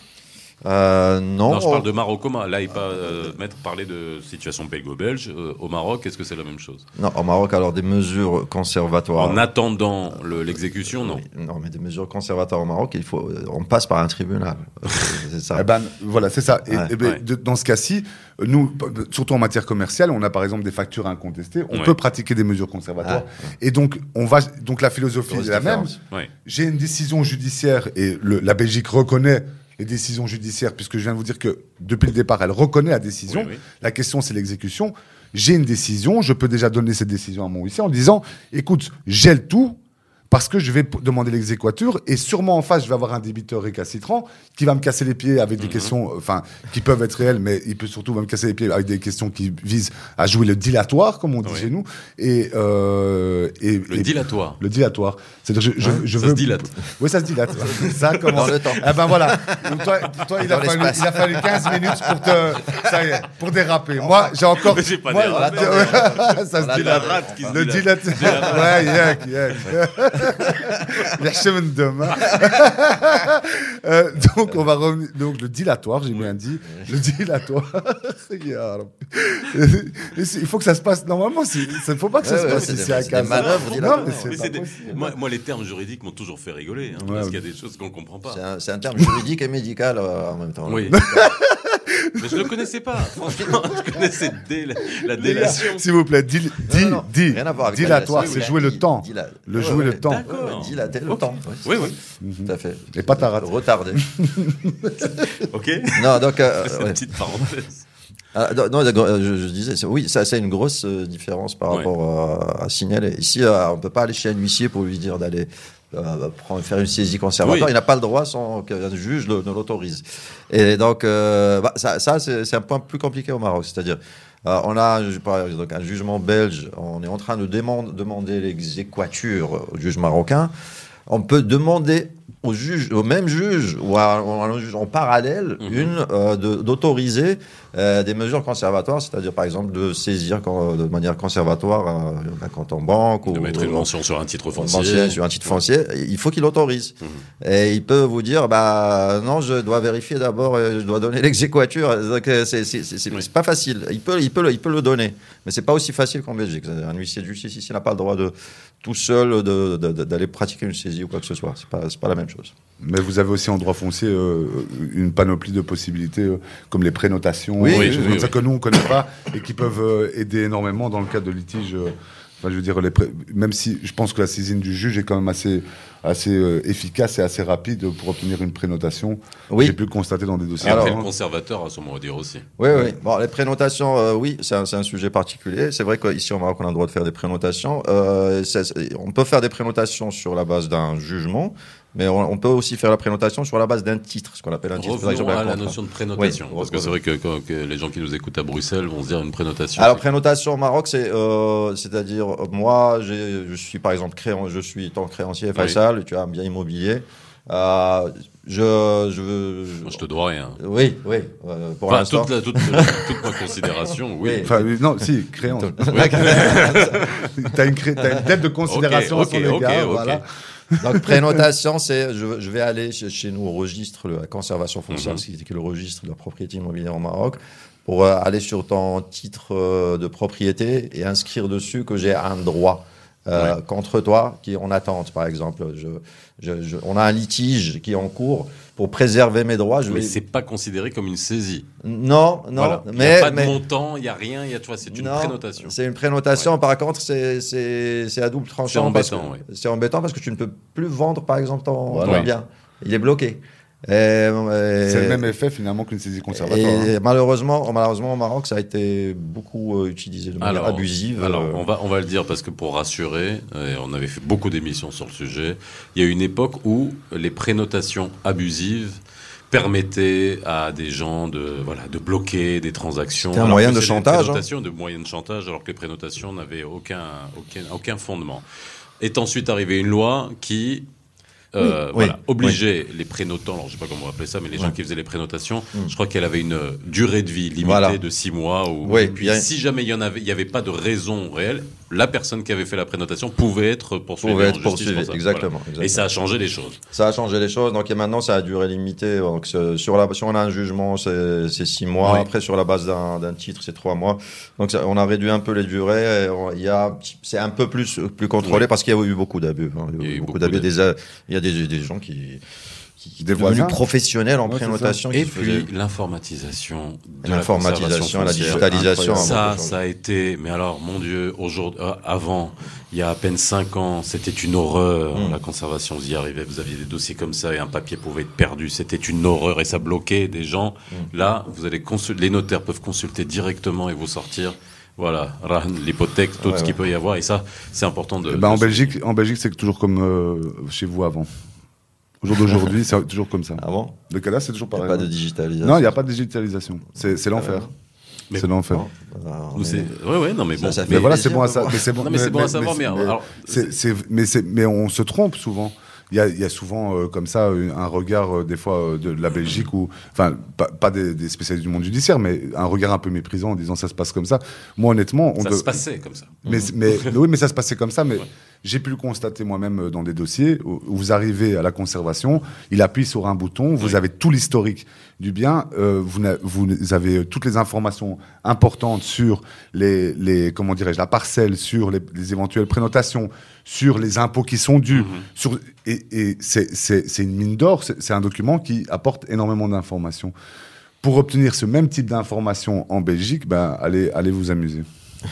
Euh, non. non, je parle de Maroc. Là, il pas euh, maître parler de situation belgo-belge. Euh, au Maroc, est-ce que c'est la même chose? Non, au Maroc, alors des mesures conservatoires. En attendant le, l'exécution, non. Oui, non, mais des mesures conservatoires au Maroc, il faut, on passe par un tribunal. C'est ça. Eh ben, voilà, c'est ça. Et, Ouais. et ben, Ouais. de, dans ce cas-ci, nous, surtout en matière commerciale, on a par exemple des factures incontestées. On Ouais. peut pratiquer des mesures conservatoires. Ah, ouais. Et donc, on va, donc la philosophie Grosse est la même. différence. Ouais. J'ai une décision judiciaire et le, la Belgique reconnaît les décisions judiciaires, puisque je viens de vous dire que depuis le départ, elle reconnaît la décision. Oui, oui. La question, c'est l'exécution. J'ai une décision, je peux déjà donner cette décision à mon huissier en disant, écoute, gèle tout, parce que je vais p- demander l'exéquature, et sûrement en face, je vais avoir un débiteur récalcitrant qui va me casser les pieds avec des Mhm. questions, enfin, qui peuvent être réelles, mais il peut surtout me casser les pieds avec des questions qui visent à jouer le dilatoire, comme on dit Oui. chez nous, et, euh, et Le et- dilatoire. le dilatoire. C'est-à-dire, je, je, Hein, je ça veux. se dilate. Oui, ça se dilate. Ça commence. Dans le temps. Eh ben voilà. Donc, toi, toi il, a Dans fallu, l'espace. il a fallu quinze minutes pour te. Ça y est, pour déraper. Moi, j'ai encore. Mais j'ai pas moi, dérapé. ça se On dilate. attend. rate qui se Le dilate. dilate. Ouais, yak, yak. Lâchez-moi une demain. Euh, donc, on va revenir. Donc, le dilatoire, j'ai bien dit. Le dilatoire. Ya Rabbi. Il faut que ça se passe. Normalement, il ne faut pas que ça Ouais, se ouais, passe c'est ici des- à c'est des Casa. manœuvres Non, dilatoires. mais c'est Mais pas c'est des- possible. moi, moi, les termes juridiques m'ont toujours fait rigoler, hein, Ouais, parce ouais. qu'il y a des choses qu'on comprend pas. C'est un, c'est un terme juridique et médical euh, en même temps. Oui. Mais je le connaissais pas. Franchement, je connaissais dès la, la délation. S'il vous plaît, dis, dis, Non, non, dis. rien à voir avec Dilatoire, la c'est dilation. jouer le Dil- temps. dila- Le Ouais, jouer ouais, le temps. d'accord. Ouais, dilater le Ok. temps. Oui, oui. Tout à fait. Et pas ta rate. Retardé. Ok. Non, donc. euh, C'est ouais. une petite parenthèse. Ah, non, non, d'accord, je, je disais, c'est- oui, ça, c'est une grosse euh, différence par Ouais. rapport euh, à signaler. Ici, euh, on ne peut pas aller chez un huissier pour lui dire d'aller euh, prendre, faire une saisie conservatoire. Oui. Il n'a pas le droit sans qu'un juge le- ne l'autorise. Et donc, euh, bah, ça, ça c'est, c'est un point plus compliqué au Maroc. C'est-à-dire, euh, on a un, par exemple, donc, un jugement belge, on est en train de démande- demander l'exéquature au juge marocain. On peut demander au juge, au même juge ou à, à un juge en parallèle, Mhm. une euh, de- d'autoriser euh, des mesures conservatoires, c'est-à-dire par exemple de saisir quand- de manière conservatoire euh, un compte en banque ou De mettre une mention sur un titre une foncier. mention sur un titre foncier. Il faut qu'il autorise. Mhm. Et il peut vous dire, bah non, je dois vérifier d'abord, euh, je dois donner l'exéquature. Donc, euh, c'est, c'est, c'est, c'est, Oui. c'est pas facile. Il peut, il peut, le- il peut le donner, mais c'est pas aussi facile qu'en Belgique. C'est-à-dire, un huissier de justice ici n'a pas le droit de tout seul de, de- de- d'aller pratiquer une saisie saisie ou quoi que ce soit. C'est pas, c'est pas la même chose. Mais vous avez aussi en droit foncier euh, une panoplie de possibilités, euh, comme les prénotations, oui, des oui, choses oui, comme oui. ça que nous on connaît pas et qui peuvent euh, aider énormément dans le cadre de litiges. Euh, enfin, je veux dire, les pré... même si je pense que la saisine du juge est quand même assez, assez euh, efficace et assez rapide pour obtenir une prénotation. Oui. J'ai pu le constater dans des dossiers. Et après, Alors, le conservateur a son mot à dire aussi. Oui, oui. Bon, les prénotations, euh, oui, c'est un, c'est un sujet particulier. C'est vrai qu'ici au Maroc, on a le droit de faire des prénotations. Euh, c'est, c'est, on peut faire des prénotations sur la base d'un jugement, mais on, on peut aussi faire la prénotation sur la base d'un titre, ce qu'on appelle un titre. Revenons par exemple, un à la contrat. notion de prénotation, Oui, parce que c'est vrai que, que, que les gens qui nous écoutent à Bruxelles vont se dire une prénotation. Alors, c'est- prénotation au Maroc, c'est, euh, c'est-à-dire, euh, moi, j'ai, je suis par exemple créan, je suis ton créancier Faisal, tu as un bien immobilier. Euh, je, je veux. je- Moi, je te dois rien. Oui, oui. euh, pour Enfin, l'instant. toute, la, toute, toute ma considération, oui. Oui. Enfin, euh, non, si, créance. T'as une, cré... T'as une dette de considération Ok, à son ok, égard, ok, ok. voilà. Donc, prénotation, c'est, je, je vais aller chez, chez nous au registre de la conservation foncière, Mhm. ce qui est le registre de la propriété immobilière au Maroc, pour euh, aller sur ton titre euh, de propriété et inscrire dessus que j'ai un droit euh, Ouais. contre toi qui est en attente, par exemple. Je, je, je- on a un litige qui est en cours pour préserver mes droits. Je Mais vais... c'est pas considéré comme une saisie. Non, non, Voilà. Il n'y mais, a pas de mais... montant, il n'y a rien, il y a, tu vois, c'est une Non, prénotation. C'est une prénotation. Par contre, c'est, c'est, c'est à double tranchant. C'est parce embêtant, que- oui. C'est embêtant parce que tu ne peux plus vendre, par exemple, ton, Voilà. ton Oui. bien. Il est bloqué. Et, et- C'est le même effet finalement qu'une saisie conservatoire. Et hein. malheureusement, malheureusement, au Maroc, ça a été beaucoup euh, utilisé de manière Alors, abusive. alors euh. on, va, on va le dire parce que pour rassurer, euh, on avait fait beaucoup d'émissions sur le sujet, il y a eu une époque où les prénotations abusives permettaient à des gens de, voilà, de bloquer des transactions. C'était un alors moyen que de c'est des chantage, hein. prénotations, de moyens de chantage, alors que les prénotations n'avaient aucun, aucun, aucun fondement. Est ensuite arrivée une loi qui... Euh, Oui, voilà, oui, obligeait les prénotants, alors je sais pas comment on va appeler ça, mais les gens Ouais. qui faisaient les prénotations, Mm. je crois qu'elle avait une euh, durée de vie limitée Voilà. de six mois. Ou, Oui, et puis il y a- si jamais il y en avait, il y avait pas de raison réelle, la personne qui avait fait la prénotation pouvait être poursuivie. Pouvait en être justice poursuivi, pour ça. exactement, Voilà. exactement. Et ça a changé les choses. Ça a changé les choses. Donc et maintenant, ça a duré limitée. Donc c'est- sur la, si on a un jugement, c'est, c'est six mois. Oui. Après, sur la base d'un, d'un titre, c'est trois mois. Donc ça- on a réduit un peu les durées. Et on- Il y a, c'est un peu plus plus contrôlé Oui. parce qu'il y a eu beaucoup d'abus. hein. Il y a eu beaucoup, d'abus. Des, euh, il y a des, des gens qui qui, qui Des devenus voisins. professionnels en Ouais, c'est prénotation. Et qui puis faisaient- l'informatisation, de l'informatisation, la, la conservation foncière. digitalisation. incroyable. Ça, beaucoup de choses. ça a été, mais alors, mon Dieu, aujourd'hui, euh, avant, il y a à peine cinq ans, c'était une horreur. Mm. La conservation, vous y arrivez, vous aviez des dossiers comme ça et un papier pouvait être perdu. C'était une horreur et ça bloquait des gens. Mm. Là, vous allez consulter, les notaires peuvent consulter directement et vous sortir. Voilà, Rahn, l'hypothèque, tout Ouais, ce qu'il ouais. peut y avoir. Et ça, c'est important de. Eh ben, en de- Belgique, en Belgique, c'est toujours comme euh, chez vous avant. Au jour d'aujourd'hui, c'est toujours comme ça. Ah bon? Le cas là, c'est toujours Il n'y a pareil. pas de hein. digitalisation. Non, il n'y a pas de digitalisation. C'est c'est l'enfer. Mais- C'est l'enfer. Non. Alors, Ou mais- c'est- Ouais, ouais, non, mais Ça, bon. ça fait Mais voilà, plaisir c'est bon à de ça. voir. Mais c'est bon, Non, mais c'est bon à savoir, mais alors, c'est- c'est- mais c'est- mais on se trompe souvent. Il y a, il y a souvent euh, comme ça euh, un regard euh, des fois euh, de la Belgique ou enfin pas, pas des, des spécialistes du monde judiciaire, mais un regard un peu méprisant en disant ça se passe comme ça. Moi honnêtement, on Ça de- se passait comme ça. mais, mais, mais oui, mais ça se passait comme ça. Mais j'ai pu le constater moi-même euh, dans des dossiers où, où vous arrivez à la conservation, il appuie sur un bouton, vous Oui. avez tout l'historique du bien, euh, vous, n'a- vous avez toutes les informations importantes sur les, les comment dirais-je, la parcelle, sur les, les éventuelles prénotations, sur les impôts qui sont dus, Mhm. sur et, et c'est, c'est, c'est une mine d'or. C'est, c'est un document qui apporte énormément d'informations. Pour obtenir ce même type d'informations en Belgique, ben allez, allez vous amuser.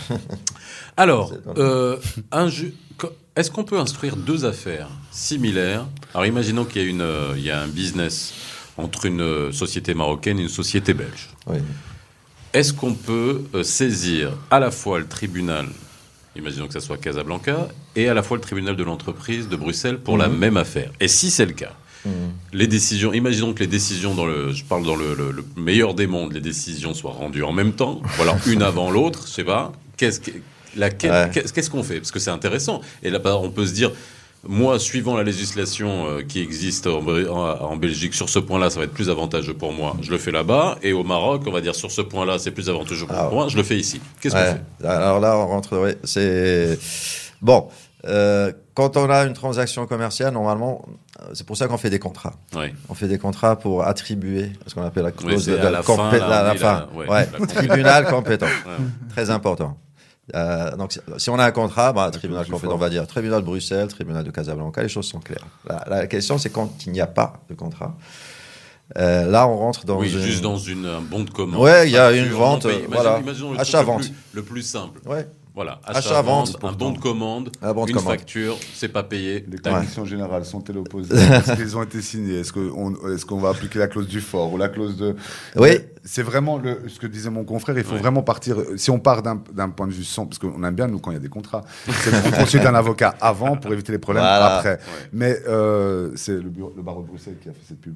Alors, C'est dans- euh, un ju- co- est-ce qu'on peut instruire deux affaires similaires? Alors, imaginons qu'il y a, une, euh, il y a un business entre une euh, société marocaine et une société belge. Oui. Est-ce qu'on peut euh, saisir à la fois le tribunal, imaginons que ça soit Casablanca, et à la fois le tribunal de l'entreprise de Bruxelles pour la Mhm. même affaire? Et si c'est le cas, Mhm. les décisions, imaginons que les décisions dans le, je parle dans le, le- le meilleur des mondes, les décisions soient rendues en même temps, voilà, une avant l'autre, je sais pas, qu'est-ce que, laquelle, Ouais. qu'est-ce, qu'est-ce qu'on fait? Parce que c'est intéressant. Et là, on peut se dire, moi, suivant la législation euh, qui existe en, en- en Belgique, sur ce point-là, ça va être plus avantageux pour moi. Je le fais là-bas. Et au Maroc, on va dire, sur ce point-là, c'est plus avantageux pour Ah, moi. Je le fais ici. Qu'est-ce Ouais. qu'on fait? Alors là, on rentrerait. C'est bon. Euh, quand on a une transaction commerciale, normalement, euh, c'est pour ça qu'on fait des contrats. Oui. On fait des contrats pour attribuer ce qu'on appelle la clause c'est de, à de la compé- fin, là, la- la oui, fin. la- ouais, Ouais, la- tribunal compétent. Ouais. Très important. Euh, donc, si on a un contrat, bah, tribunal plus compétent, fort. on va dire tribunal de Bruxelles, tribunal de Casablanca, les choses sont claires. La, la question, c'est quand il n'y a pas de contrat. Euh, là, on rentre dans oui, une... juste dans une, un bon de commande. Ouais, il y a facture, une vente, non, mais imagine- voilà. imaginons le Achat-vente. truc Le plus, le plus simple. Ouais. Voilà, Achat-vente, achat-vente, un bon de commande, Un bon de une commande. facture, c'est pas payé. Les tac. conditions générales sont-elles opposées? Est-ce qu'elles ont été signées? Est-ce qu'on est-ce qu'on va appliquer la clause du fort ou la clause de... Oui. Mais c'est vraiment le, ce que disait mon confrère. Il faut Oui. vraiment partir. Si on part d'un d'un point de vue sans, parce qu'on aime bien nous quand il y a des contrats, c'est qu'on consulte un avocat avant pour éviter les problèmes Voilà. après. Mais euh, c'est le, bureau- le barreau de Bruxelles qui a fait cette pub.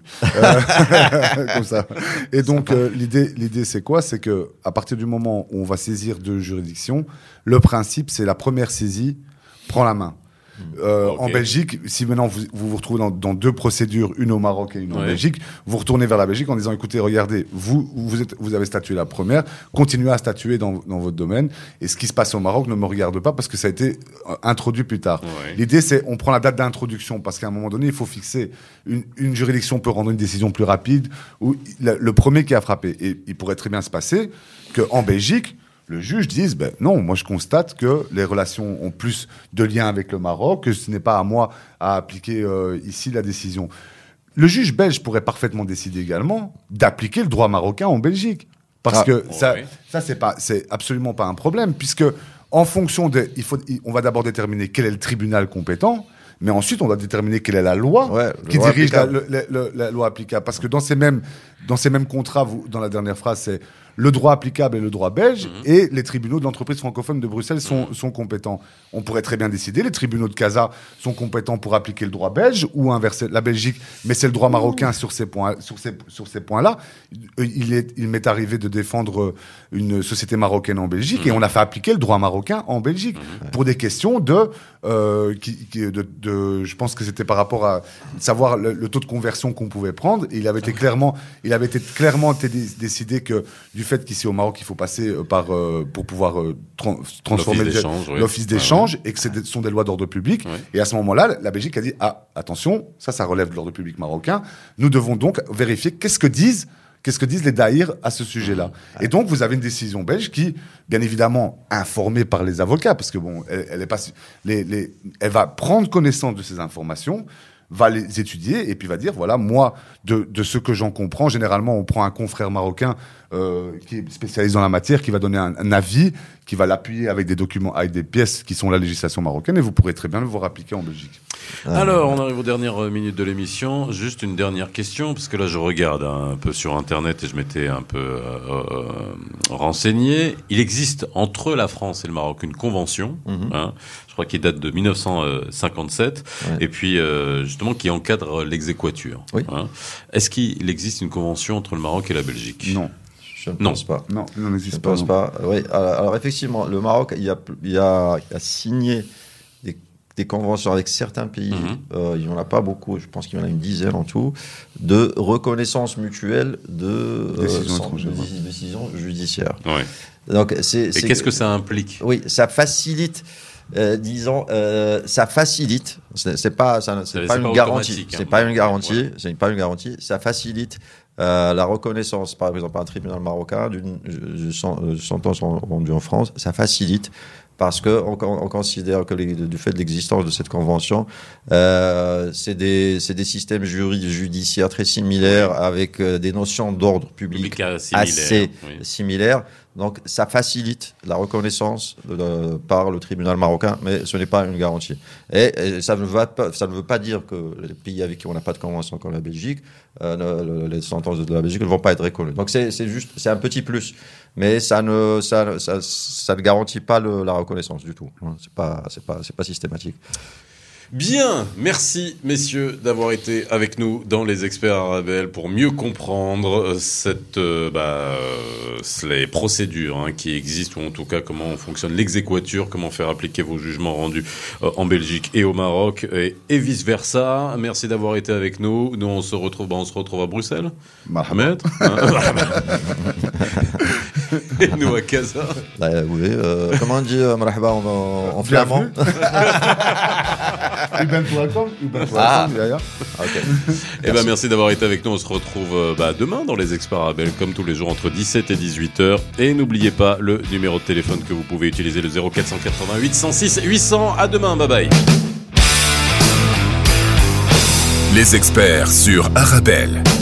Euh, comme ça. Et donc euh, l'idée, l'idée c'est quoi? C'est que à partir du moment où on va saisir deux juridictions, le principe c'est la première saisie prend la main. Euh, Ok. En Belgique, si maintenant vous vous, vous retrouvez dans, dans deux procédures, une au Maroc et une en Ouais. Belgique, vous retournez vers la Belgique en disant écoutez, regardez, vous vous, êtes, vous avez statué la première, continuez à statuer dans, dans votre domaine, et ce qui se passe au Maroc ne me regarde pas parce que ça a été euh, introduit plus tard. Ouais. L'idée, c'est on prend la date d'introduction parce qu'à un moment donné, il faut fixer une, une juridiction peut rendre une décision plus rapide ou le, le premier qui a frappé. Et il pourrait très bien se passer qu'en Belgique, le juge dise, ben non, moi je constate que les relations ont plus de liens avec le Maroc, que ce n'est pas à moi à appliquer euh, ici la décision. Le juge belge pourrait parfaitement décider également d'appliquer le droit marocain en Belgique. Parce Ah, que ça, ouais. ça c'est pas, c'est absolument pas un problème, puisque en fonction de, il faut, il- on va d'abord déterminer quel est le tribunal compétent, mais ensuite on va déterminer quelle est la loi Ouais, qui loi dirige la, applicable. le- le- le- la loi applicable. Parce que dans ces mêmes, dans ces mêmes contrats, vous, dans la dernière phrase, c'est le droit applicable et le droit belge, et les tribunaux de l'entreprise francophone de Bruxelles sont, sont compétents. On pourrait très bien décider, les tribunaux de Casa sont compétents pour appliquer le droit belge, ou inverser la Belgique, mais c'est le droit marocain sur ces points, sur ces, sur ces points-là. Il est, il m'est arrivé de défendre une société marocaine en Belgique, et on a fait appliquer le droit marocain en Belgique, pour des questions de, euh, qui, qui- de, de, je pense que c'était par rapport à savoir le, le taux de conversion qu'on pouvait prendre, et il avait été clairement, il avait été clairement été dé- décidé que du fait qu'ici au Maroc il faut passer euh, par euh, pour pouvoir euh, tran- transformer L'office le- d'échange, oui. l'office Ah, d'échange, et que ce sont des lois d'ordre public. Ouais. Et à ce moment-là, la- la Belgique a dit ah attention, ça ça relève de l'ordre public marocain. Nous devons donc vérifier qu'est-ce que disent Qu'est-ce que disent les daïrs à ce sujet-là? Et donc, vous avez une décision belge qui, bien évidemment, informée par les avocats, parce que bon, elle, elle est pas, su- les, les, elle va prendre connaissance de ces informations, va les étudier et puis va dire voilà, moi, de, de ce que j'en comprends, généralement, on prend un confrère marocain euh, qui est spécialisé dans la matière, qui va donner un, un avis, qui va l'appuyer avec des documents, avec des pièces qui sont la législation marocaine, et vous pourrez très bien le voir appliquer en Belgique. Alors, on arrive aux dernières minutes de l'émission. Juste une dernière question, parce que là, je regarde un peu sur Internet et je m'étais un peu euh, euh, renseigné. Il existe entre la France et le Maroc une convention, Mhm. hein, je crois qu'il date de mille neuf cent cinquante-sept, Ouais. et puis euh, justement qui encadre l'exéquature. Oui. Hein. Est-ce qu'il existe une convention entre le Maroc et la Belgique? Non, Je ne Non. pense pas. non, il n'en Je ne existe pas. pense non. pas. Oui, alors, alors effectivement, le Maroc, il a, il a, il a signé des, des conventions avec certains pays. Mhm. Euh, il n'y en a pas beaucoup, je pense qu'il y en a une dizaine en tout, de reconnaissance mutuelle de euh, Décisions sans- étrangères, de ouais. déci- décisions judiciaires. Ouais. Donc, c'est, Et c'est- qu'est-ce que ça implique? Oui, ça facilite. Euh, disons, euh, ça facilite. C'est, c'est pas, ça, c'est C'est- pas c'est une pas garantie. automatique, hein. C'est pas une garantie. Ouais. C'est pas une garantie. Ça facilite euh, la reconnaissance, par exemple, par un tribunal marocain d'une d'une sen- euh, sentence rendue en France. Ça facilite parce que on, on considère que les, du fait de l'existence de cette convention, euh, c'est des, c'est des systèmes juridiques judiciaires très similaires avec euh, des notions d'ordre public Public similaire, assez oui. similaires. Donc, ça facilite la reconnaissance de- par le tribunal marocain, mais ce n'est pas une garantie. Et, et ça, ne va pas, ça ne veut pas dire que les pays avec qui on n'a pas de convention comme la Belgique, euh, ne- le- les sentences de la Belgique ne vont pas être reconnues. Donc, c'est, c'est juste, c'est un petit plus, mais ça ne, ça, ça, ça ne garantit pas le- la reconnaissance du tout. C'est pas, c'est pas, c'est pas systématique. Bien, merci messieurs d'avoir été avec nous dans les experts Arabelle pour mieux comprendre cette, euh, bah, euh, les procédures hein, qui existent, ou en tout cas comment fonctionne l'exéquature, comment faire appliquer vos jugements rendus euh, en Belgique et au Maroc, et, et vice versa. Merci d'avoir été avec nous. Nous on se retrouve, bah, on se retrouve à Bruxelles. Ahmed, hein. Et nous à Casa. Bah, oui, euh, comment on dit euh, marhaba en, en flamand? uben point com, uben point com, Ah. Yaya. Ok. Eh ben, merci d'avoir été avec nous. On se retrouve euh, bah, demain dans les Experts Arabelle, comme tous les jours entre dix-sept et dix-huit heures. Et n'oubliez pas le numéro de téléphone que vous pouvez utiliser, le zéro quatre cent quatre-vingt-huit cent six huit cents. À demain, bye bye. Les experts sur Arabelle.